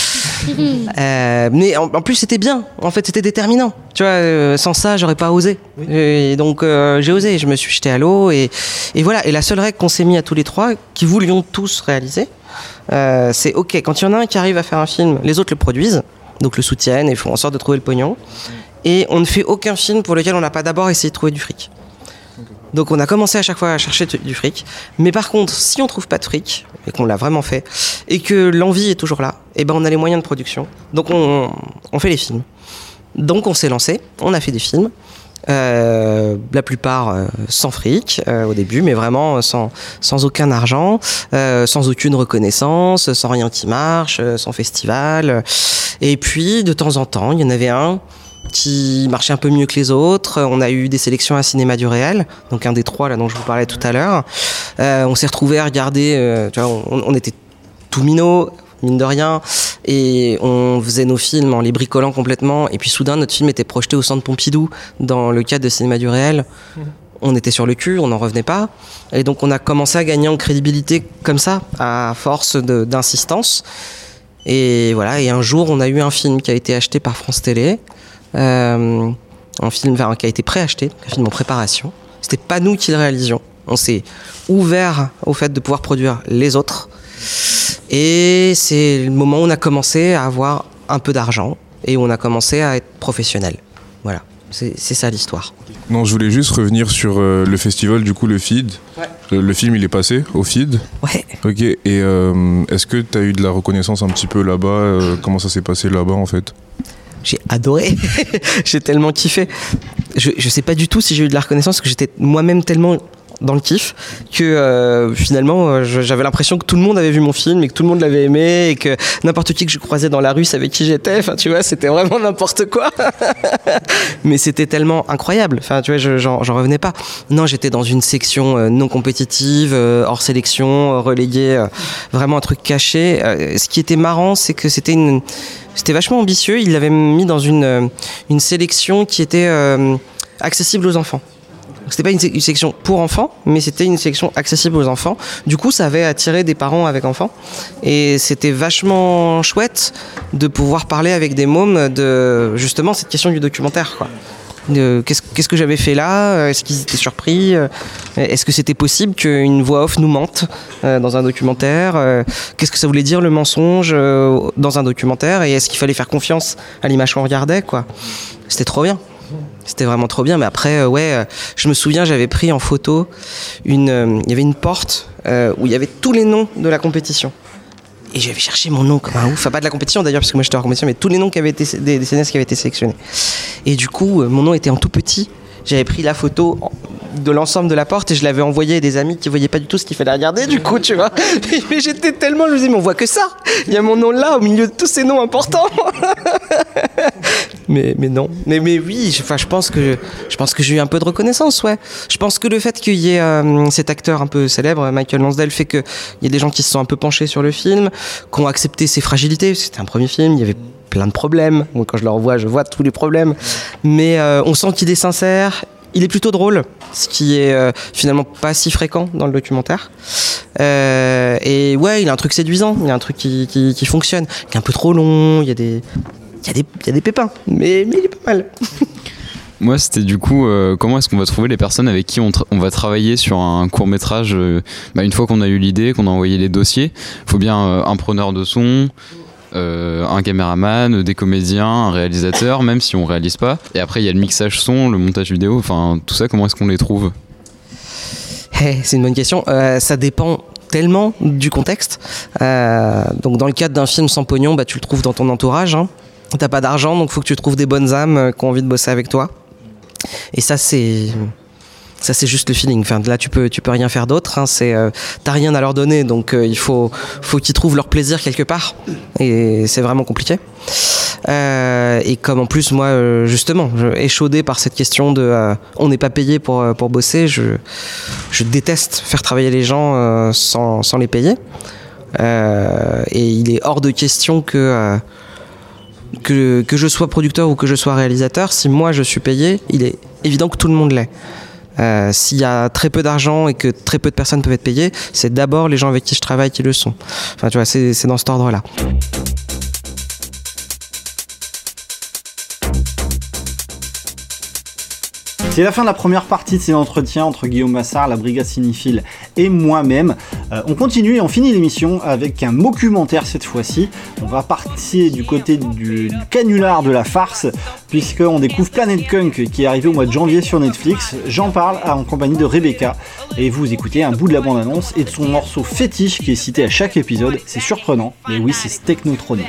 euh, mais en, en plus c'était bien, en fait c'était déterminant. Tu vois, euh, sans ça j'aurais pas osé. Oui. Et donc euh, j'ai osé, je me suis jeté à l'eau et, et voilà. Et la seule règle qu'on s'est mis à tous les trois, qui voulions tous réaliser, euh, c'est ok, quand il y en a un qui arrive à faire un film, les autres le produisent, donc le soutiennent et font en sorte de trouver le pognon. Et on ne fait aucun film pour lequel on n'a pas d'abord essayé de trouver du fric. Donc on a commencé à chaque fois à chercher du fric. Mais par contre, si on trouve pas de fric, et qu'on l'a vraiment fait, et que l'envie est toujours là, et ben on a les moyens de production. Donc on, on fait les films. Donc on s'est lancé, on a fait des films. Euh, la plupart euh, sans fric euh, au début, mais vraiment sans, sans aucun argent, euh, sans aucune reconnaissance, sans rien qui marche, euh, sans festival. Et puis de temps en temps, il y en avait un qui marchait un peu mieux que les autres. On a eu des sélections à Cinéma du Réel, donc un des trois là dont je vous parlais tout à l'heure. Euh, on s'est retrouvés à regarder, euh, tu vois, on, on était tout minots, mine de rien, et on faisait nos films en les bricolant complètement, et puis soudain notre film était projeté au Centre Pompidou dans le cadre de Cinéma du Réel. Mmh. On était sur le cul, on n'en revenait pas, et donc on a commencé à gagner en crédibilité comme ça, à force de, d'insistance. Et voilà, et un jour on a eu un film qui a été acheté par France Télé, euh, un film enfin, qui a été préacheté, un film en préparation. C'était pas nous qui le réalisions, on s'est ouvert au fait de pouvoir produire les autres. Et c'est le moment où on a commencé à avoir un peu d'argent et où on a commencé à être professionnel. Voilà, c'est, c'est ça l'histoire. Non, je voulais juste revenir sur euh, le festival, du coup, le F I D. Ouais. Le, le film, il est passé au F I D. Ouais. Ok, et euh, est-ce que tu as eu de la reconnaissance un petit peu là-bas euh, Comment ça s'est passé là-bas, en fait? J'ai adoré, j'ai tellement kiffé. Je, je sais pas du tout si j'ai eu de la reconnaissance, parce que j'étais moi-même tellement dans le kiff que euh, finalement euh, j'avais l'impression que tout le monde avait vu mon film et que tout le monde l'avait aimé et que n'importe qui que je croisais dans la rue savait qui j'étais. Enfin, tu vois, c'était vraiment n'importe quoi. Mais c'était tellement incroyable. Enfin, tu vois, je, j'en, j'en revenais pas. Non, j'étais dans une section euh, non compétitive, euh, hors sélection, euh, reléguée, euh, vraiment un truc caché. Euh, ce qui était marrant, c'est que c'était une, c'était vachement ambitieux. Il l'avait mis dans une euh, une sélection qui était euh, accessible aux enfants. C'était pas une, une section pour enfants, mais c'était une section accessible aux enfants. Du coup, ça avait attiré des parents avec enfants. Et c'était vachement chouette de pouvoir parler avec des mômes de, justement, cette question du documentaire, quoi. De, qu'est-ce, qu'est-ce que j'avais fait là ? Est-ce qu'ils étaient surpris ? Est-ce que c'était possible qu'une voix off nous mente euh, dans un documentaire ? euh, Qu'est-ce que ça voulait dire le mensonge euh, dans un documentaire ? Et est-ce qu'il fallait faire confiance à l'image qu'on regardait, quoi ? C'était trop bien. C'était vraiment trop bien, mais après, euh, ouais, euh, je me souviens, j'avais pris en photo une, euh, il y avait une porte euh, où il y avait tous les noms de la compétition. Et j'avais cherché mon nom comme un ouf, enfin pas de la compétition d'ailleurs, parce que moi j'étais en compétition, mais tous les noms qui avaient été, des, des cinéastes qui avaient été sélectionnés. Et du coup, euh, mon nom était en tout petit. J'avais pris la photo de l'ensemble de la porte et je l'avais envoyé à des amis qui voyaient pas du tout ce qu'il fallait regarder, du coup, tu vois. Mais j'étais tellement, je me disais, mais on voit que ça. Il y a mon nom là, au milieu de tous ces noms importants. mais, mais non. Mais, mais oui, enfin, je pense que, je pense que j'ai eu un peu de reconnaissance, ouais. Je pense que le fait qu'il y ait euh, cet acteur un peu célèbre, Michael Lonsdale, fait qu'il y a des gens qui se sont un peu penchés sur le film, qui ont accepté ses fragilités. C'était un premier film, il y avait plein de problèmes. Moi, quand je le revois, je vois tous les problèmes. Mais euh, on sent qu'il est sincère. Il est plutôt drôle, ce qui est euh, finalement pas si fréquent dans le documentaire. Euh, et ouais, il a un truc séduisant, il y a un truc qui, qui, qui fonctionne, qui est un peu trop long, il y a des, il y a des, il y a des pépins, mais, mais il est pas mal. Moi, c'était du coup, euh, comment est-ce qu'on va trouver les personnes avec qui on, tra- on va travailler sur un court-métrage euh, bah, une fois qu'on a eu l'idée, qu'on a envoyé les dossiers, il faut bien euh, un preneur de son, Euh, un caméraman, des comédiens, un réalisateur, même si on réalise pas. Et après il y a le mixage son, le montage vidéo, enfin tout ça, comment est-ce qu'on les trouve ? Hey, c'est une bonne question. Euh, ça dépend tellement du contexte. Euh, donc dans le cadre d'un film sans pognon, bah, tu le trouves dans ton entourage. Hein. T'as pas d'argent, donc faut que tu trouves des bonnes âmes qui ont envie de bosser avec toi. Et ça c'est... Ça c'est juste le feeling. Enfin, là tu peux tu peux rien faire d'autre. Hein. C'est euh, t'as rien à leur donner, donc euh, il faut faut qu'ils trouvent leur plaisir quelque part. Et c'est vraiment compliqué. Euh, et comme en plus moi euh, justement, je, échaudé par cette question de euh, on n'est pas payé pour pour bosser. Je je déteste faire travailler les gens euh, sans sans les payer. Euh, et il est hors de question que euh, que que je sois producteur ou que je sois réalisateur. Si moi je suis payé, il est évident que tout le monde l'est. Euh, s'il y a très peu d'argent et que très peu de personnes peuvent être payées, c'est d'abord les gens avec qui je travaille qui le sont. Enfin, tu vois, c'est, c'est dans cet ordre-là. C'est la fin de la première partie de ces entretiens entre Guillaume Massard, la Brigade Cinéphile et moi-même. Euh, on continue et on finit l'émission avec un documentaire cette fois-ci. On va partir du côté du, du canular de la farce, puisqu'on découvre Planet Kunk qui est arrivé au mois de janvier sur Netflix. J'en parle en compagnie de Rebecca et vous écoutez un bout de la bande-annonce et de son morceau fétiche qui est cité à chaque épisode. C'est surprenant, mais oui, c'est Technotronic.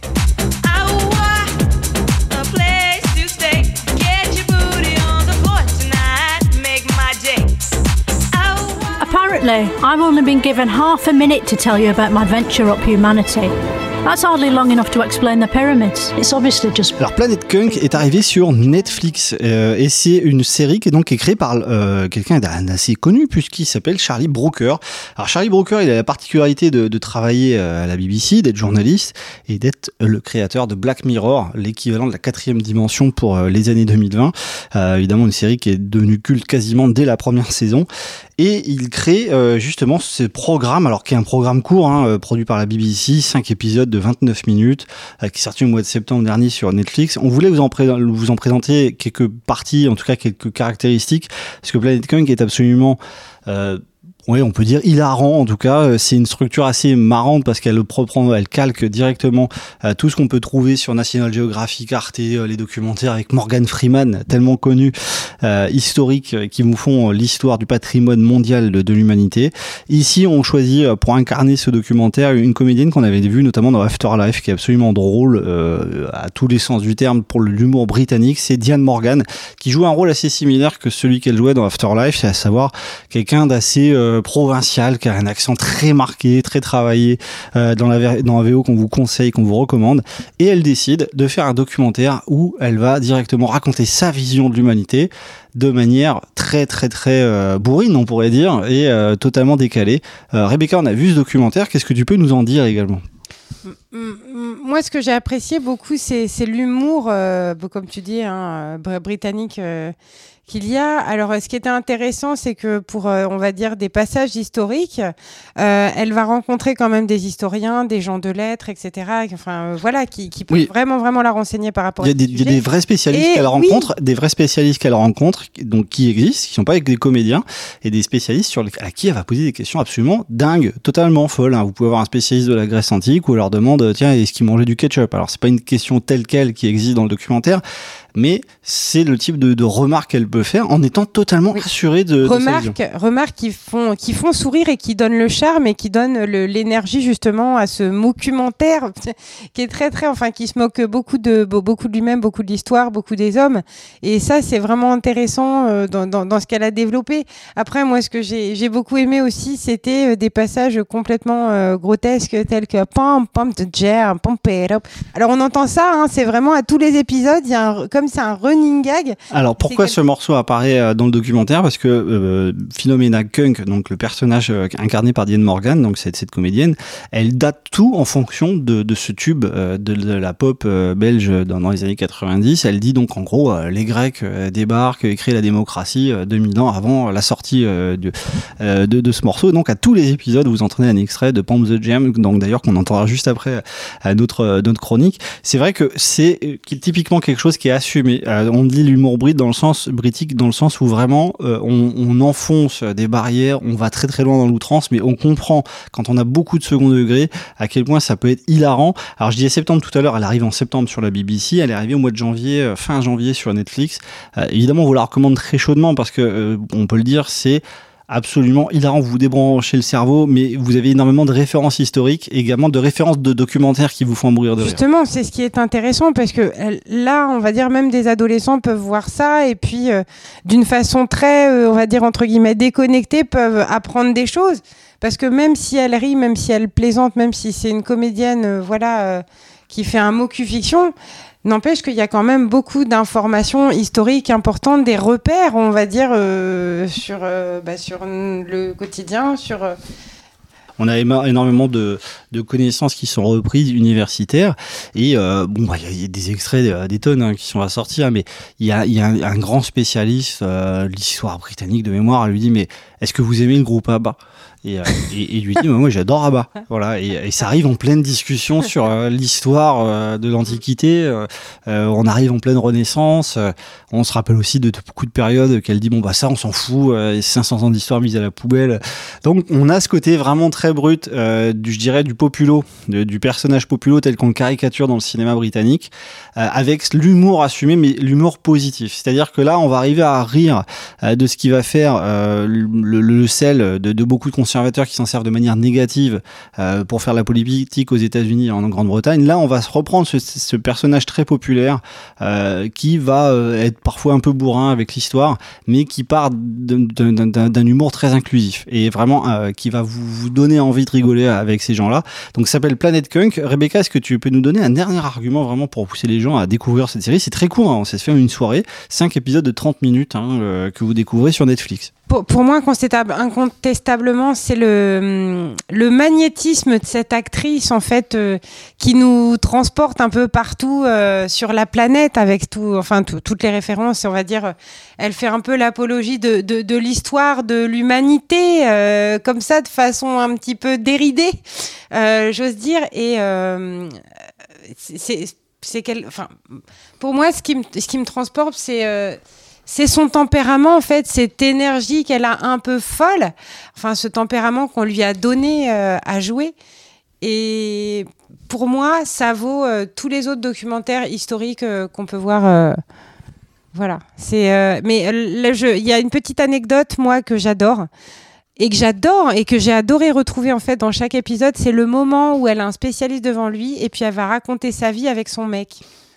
Apparently, I've only been given half a minute to tell you about my venture up humanity. That's hardly long enough to explain the pyramids. It's obviously just... Alors Planet Kunk est arrivé sur Netflix euh, et c'est une série qui est donc créée par euh, quelqu'un d'assez connu puisqu'il s'appelle Charlie Brooker. Alors Charlie Brooker, il a la particularité de, de travailler à la B B C, d'être journaliste et d'être le créateur de Black Mirror, l'équivalent de la quatrième dimension pour euh, les années deux mille vingt. Euh, évidemment une série qui est devenue culte quasiment dès la première saison. Et il crée euh, justement ce programme, alors qui est un programme court, hein, euh, produit par la B B C, cinq épisodes de vingt-neuf minutes, euh, qui est sorti au mois de septembre dernier sur Netflix. On voulait vous en, pré- vous en présenter quelques parties, en tout cas quelques caractéristiques, parce que Planet Kunk est absolument... Euh, Oui, on peut dire hilarant en tout cas. C'est une structure assez marrante parce qu'elle prend, elle calque directement euh, tout ce qu'on peut trouver sur National Geographic, Arte, euh, les documentaires avec Morgan Freeman, tellement connu, euh, historique, euh, qui vous font euh, l'histoire du patrimoine mondial de, de l'humanité. Ici, on choisit euh, pour incarner ce documentaire une comédienne qu'on avait vue notamment dans Afterlife, qui est absolument drôle euh, à tous les sens du terme pour l'humour britannique. C'est Diane Morgan qui joue un rôle assez similaire que celui qu'elle jouait dans Afterlife, c'est à savoir quelqu'un d'assez euh, provincial, qui a un accent très marqué, très travaillé euh, dans, la, dans la V O qu'on vous conseille, qu'on vous recommande, et elle décide de faire un documentaire où elle va directement raconter sa vision de l'humanité de manière très très très euh, bourrine, on pourrait dire, et euh, totalement décalée. Euh, Rebecca, on a vu ce documentaire, qu'est-ce que tu peux nous en dire également ? Moi, ce que j'ai apprécié beaucoup, c'est, c'est l'humour, euh, comme tu dis, hein, britannique euh, qu'il y a. Alors, ce qui était intéressant, c'est que pour, euh, on va dire, des passages historiques, euh, elle va rencontrer quand même des historiens, des gens de lettres, et cetera. Enfin, euh, voilà, qui, qui peuvent oui. vraiment, vraiment la renseigner par rapport. Il y a des, il y a des vrais spécialistes et qu'elle oui. rencontre, des vrais spécialistes qu'elle rencontre, donc qui existent, qui sont pas avec des comédiens, et des spécialistes sur les, à qui elle va poser des questions absolument dingues, totalement folles. Hein. Vous pouvez avoir un spécialiste de la Grèce antique où elle leur demande, tiens, est-ce qu'ils mangeaient du ketchup ? Alors, c'est pas une question telle quelle qui existe dans le documentaire, mais c'est le type de, de remarques qu'elle peut faire en étant totalement oui. assurée de, remarques, de sa vision. Remarques qui font, qui font sourire et qui donnent le charme et qui donnent le, l'énergie justement à ce documentaire qui est très très, enfin qui se moque beaucoup de, beaucoup de lui-même, beaucoup de l'histoire, beaucoup des hommes. Et ça, c'est vraiment intéressant euh, dans, dans, dans ce qu'elle a développé. Après, moi, ce que j'ai, j'ai beaucoup aimé aussi, c'était euh, des passages complètement euh, grotesques tels que pump, pump the jam, pump it up. Alors on entend ça, hein, c'est vraiment à tous les épisodes, il y a un, comme c'est un running gag. Alors pourquoi ce morceau apparaît dans le documentaire ? Parce que euh, Philomena Kunk, donc le personnage euh, incarné par Diane Morgan, donc cette, cette comédienne, elle date tout en fonction de, de ce tube euh, de, de la pop euh, belge dans, dans les années quatre-vingt-dix. Elle dit donc en gros euh, les Grecs euh, débarquent et créent la démocratie euh, deux mille ans avant la sortie euh, de, euh, de, de ce morceau. Donc à tous les épisodes, vous entendez un extrait de Pump the Jam, donc d'ailleurs qu'on entendra juste après à notre, notre chronique. C'est vrai que c'est typiquement quelque chose qui est assumé. Euh, on dit l'humour brite dans le sens britique dans le sens où vraiment euh, on, on enfonce des barrières, on va très très loin dans l'outrance, mais on comprend quand on a beaucoup de second degré à quel point ça peut être hilarant. Alors je disais septembre tout à l'heure, elle arrive en septembre sur la B B C, elle est arrivée au mois de janvier, euh, fin janvier sur Netflix. Euh, évidemment, on vous la recommande très chaudement parce que euh, on peut le dire, c'est absolument hilarant, vous vous débranchez le cerveau, mais vous avez énormément de références historiques, également de références de documentaires qui vous font mourir de rire. Justement, c'est ce qui est intéressant, parce que là, on va dire, même des adolescents peuvent voir ça, et puis euh, d'une façon très, euh, on va dire, entre guillemets, déconnectée, peuvent apprendre des choses, parce que même si elle rit, même si elle plaisante, même si c'est une comédienne, euh, voilà, euh, qui fait un mocu-fiction, n'empêche qu'il y a quand même beaucoup d'informations historiques importantes, des repères, on va dire, euh, sur, euh, bah, sur le quotidien, sur... Euh... On a énormément de, de connaissances qui sont reprises universitaires et euh, bon, bah, y a des extraits des tonnes hein, qui sont à sortir, mais il y a, y a un, un grand spécialiste euh, de l'histoire britannique de mémoire, elle lui dit mais est-ce que vous aimez le groupe ABBA ? Et, euh, et, et il lui dit, moi j'adore Abba. Voilà, et, et ça arrive en pleine discussion sur euh, l'histoire euh, de l'Antiquité. Euh, euh, on arrive en pleine Renaissance. Euh, on se rappelle aussi de, de beaucoup de périodes qu'elle dit, bon bah ça on s'en fout, euh, cinq cents ans d'histoire mise à la poubelle. Donc on a ce côté vraiment très brut, euh, du, je dirais du populo, de, du personnage populo tel qu'on le caricature dans le cinéma britannique, euh, avec l'humour assumé, mais l'humour positif. C'est-à-dire que là, on va arriver à rire euh, de ce qui va faire euh, le, le sel de, de beaucoup de conservateurs qui s'en servent de manière négative euh, pour faire la politique aux États-Unis et en Grande-Bretagne. Là, on va se reprendre ce, ce personnage très populaire euh, qui va euh, être parfois un peu bourrin avec l'histoire, mais qui part d'un, d'un, d'un humour très inclusif et vraiment euh, qui va vous, vous donner envie de rigoler avec ces gens-là. Donc, ça s'appelle Planet Kunk. Rebecca, est-ce que tu peux nous donner un dernier argument vraiment pour pousser les gens à découvrir cette série? C'est très court, hein, ça se fait en une soirée, cinq épisodes de trente minutes hein, euh, que vous découvrez sur Netflix. Pour, pour moi, incontestablement, c'est le, le magnétisme de cette actrice, en fait, euh, qui nous transporte un peu partout euh, sur la planète avec tout, enfin, tout, toutes les références. On va dire, elle fait un peu l'apologie de, de, de l'histoire de l'humanité, euh, comme ça, de façon un petit peu déridée, euh, j'ose dire. Et euh, c'est, c'est quel, enfin, pour moi, ce qui me, ce qui me transporte, c'est euh, c'est son tempérament, en fait, cette énergie qu'elle a un peu folle, enfin ce tempérament qu'on lui a donné euh, à jouer. Et pour moi, ça vaut euh, tous les autres documentaires historiques euh, qu'on peut voir. Euh, voilà. C'est, euh, mais il y a une petite anecdote, moi, que j'adore. Et que j'adore et que j'ai adoré retrouver en fait dans chaque épisode, c'est le moment où elle a un spécialiste devant lui et puis elle va raconter sa vie avec son mec.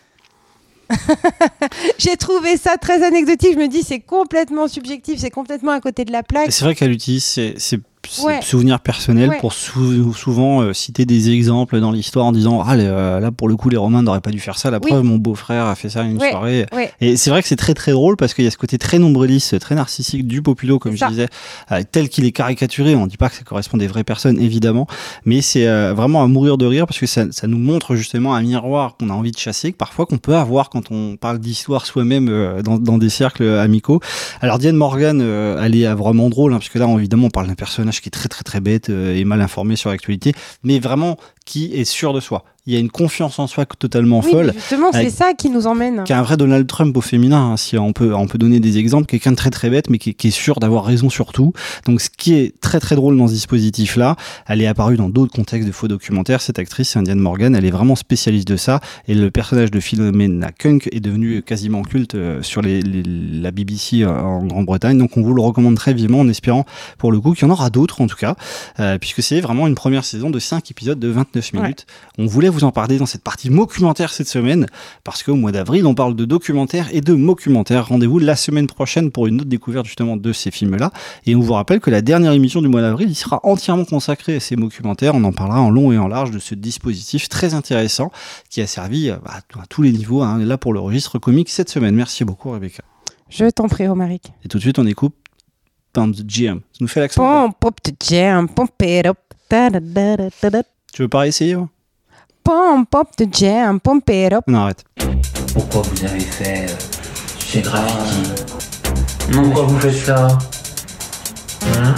J'ai trouvé ça très anecdotique. Je me dis c'est complètement subjectif, c'est complètement à côté de la plaque. C'est vrai qu'elle utilise ses, ses, ses ouais. souvenirs personnels ouais. pour sou- souvent euh, citer des exemples dans l'histoire en disant ah les, euh, là pour le coup les Romains n'auraient pas dû faire ça. La oui. preuve mon beau-frère a fait ça une ouais. soirée. Ouais. Et c'est vrai que c'est très très drôle parce qu'il y a ce côté très nombriliste, très narcissique du populo comme je disais, euh, tel qu'il est caricaturé. On ne dit pas que ça correspond à des vraies personnes évidemment, mais c'est euh, vraiment à mourir de rire parce que ça, ça nous montre justement un miroir qu'on a envie de chasser, que parfois qu'on peut avoir quand on parle d'histoire soi-même euh, dans, dans des cercles amicaux. Alors Diane Morgan, euh, elle est vraiment drôle hein, parce que là évidemment on parle d'un personnage qui est très très très bête euh, et mal informé sur l'actualité, mais vraiment qui est sûr de soi. Il y a une confiance en soi totalement oui, folle. Justement, c'est ça qui nous emmène. Qui est un vrai Donald Trump au féminin, hein, si on peut, on peut donner des exemples. Quelqu'un de très très bête, mais qui, qui est sûr d'avoir raison sur tout. Donc, ce qui est très très drôle dans ce dispositif-là, elle est apparue dans d'autres contextes de faux documentaires. Cette actrice, c'est Diane Morgan, elle est vraiment spécialiste de ça. Et le personnage de Philomena Kunk est devenu quasiment culte sur les, les, la B B C en Grande-Bretagne. Donc, on vous le recommande très vivement, en espérant pour le coup qu'il y en aura d'autres en tout cas, euh, puisque c'est vraiment une première saison de cinq épisodes de vingt-neuf minutes. Ouais. On voulait vous en parler dans cette partie documentaire cette semaine, parce qu'au mois d'avril, on parle de documentaires et de mockumentaires. Rendez-vous la semaine prochaine pour une autre découverte justement de ces films-là. Et on vous rappelle que la dernière émission du mois d'avril, il sera entièrement consacrée à ces mockumentaires. On en parlera en long et en large de ce dispositif très intéressant qui a servi bah, à tous les niveaux, hein, là pour le registre comique cette semaine. Merci beaucoup, Rebecca. Je t'en prie, Romaric. Et tout de suite, on écoute Pump the Jam. Ça nous fait l'accent. Pump the Jam, pump it up. Da, da, da, da, da. Tu veux pas essayer hein? Pump up the jam, pump it up. Non, arrête. Pourquoi vous avez fait euh, chez Graffiti? Non, pourquoi vous faites ça? Hein?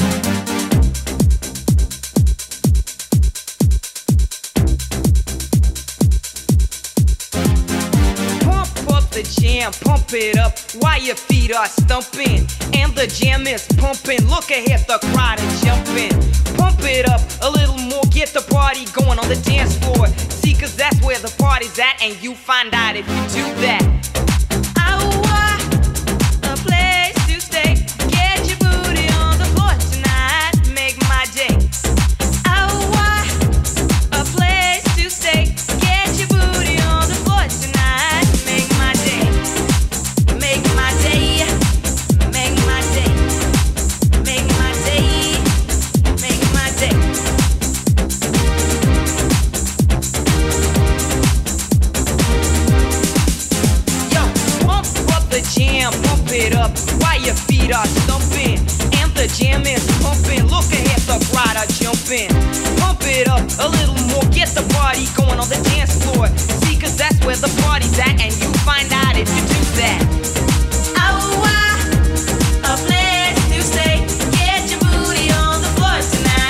The jam, pump it up while your feet are stumping. And the jam is pumping. Look ahead, the crowd is jumping. Pump it up a little more, get the party going on the dance floor. See, cause that's where the party's at, and you find out if you do that. Oh, a place to stay. Get your booty on the floor tonight. Make my day. Oh, a place to stay. Get your booty on the floor tonight. Make my day. Make my day. Make my day. Make my day. Make my day. Yo, pump up the jam, pump it up while your feet are stumping. And the jam is pumping. Look ahead, the crowd are jumping. Pump it up a little more, get the party going on the dance floor. See, cause that's where the party's at, and you find out if you do that. Oh, I, a place to stay. Get your booty on the floor tonight.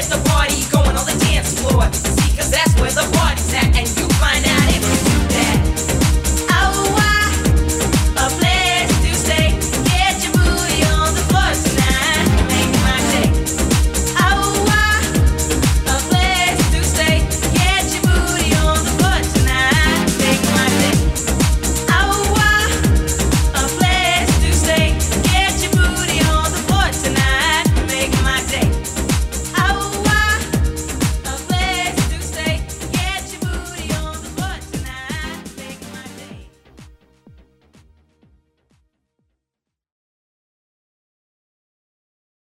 get the party going.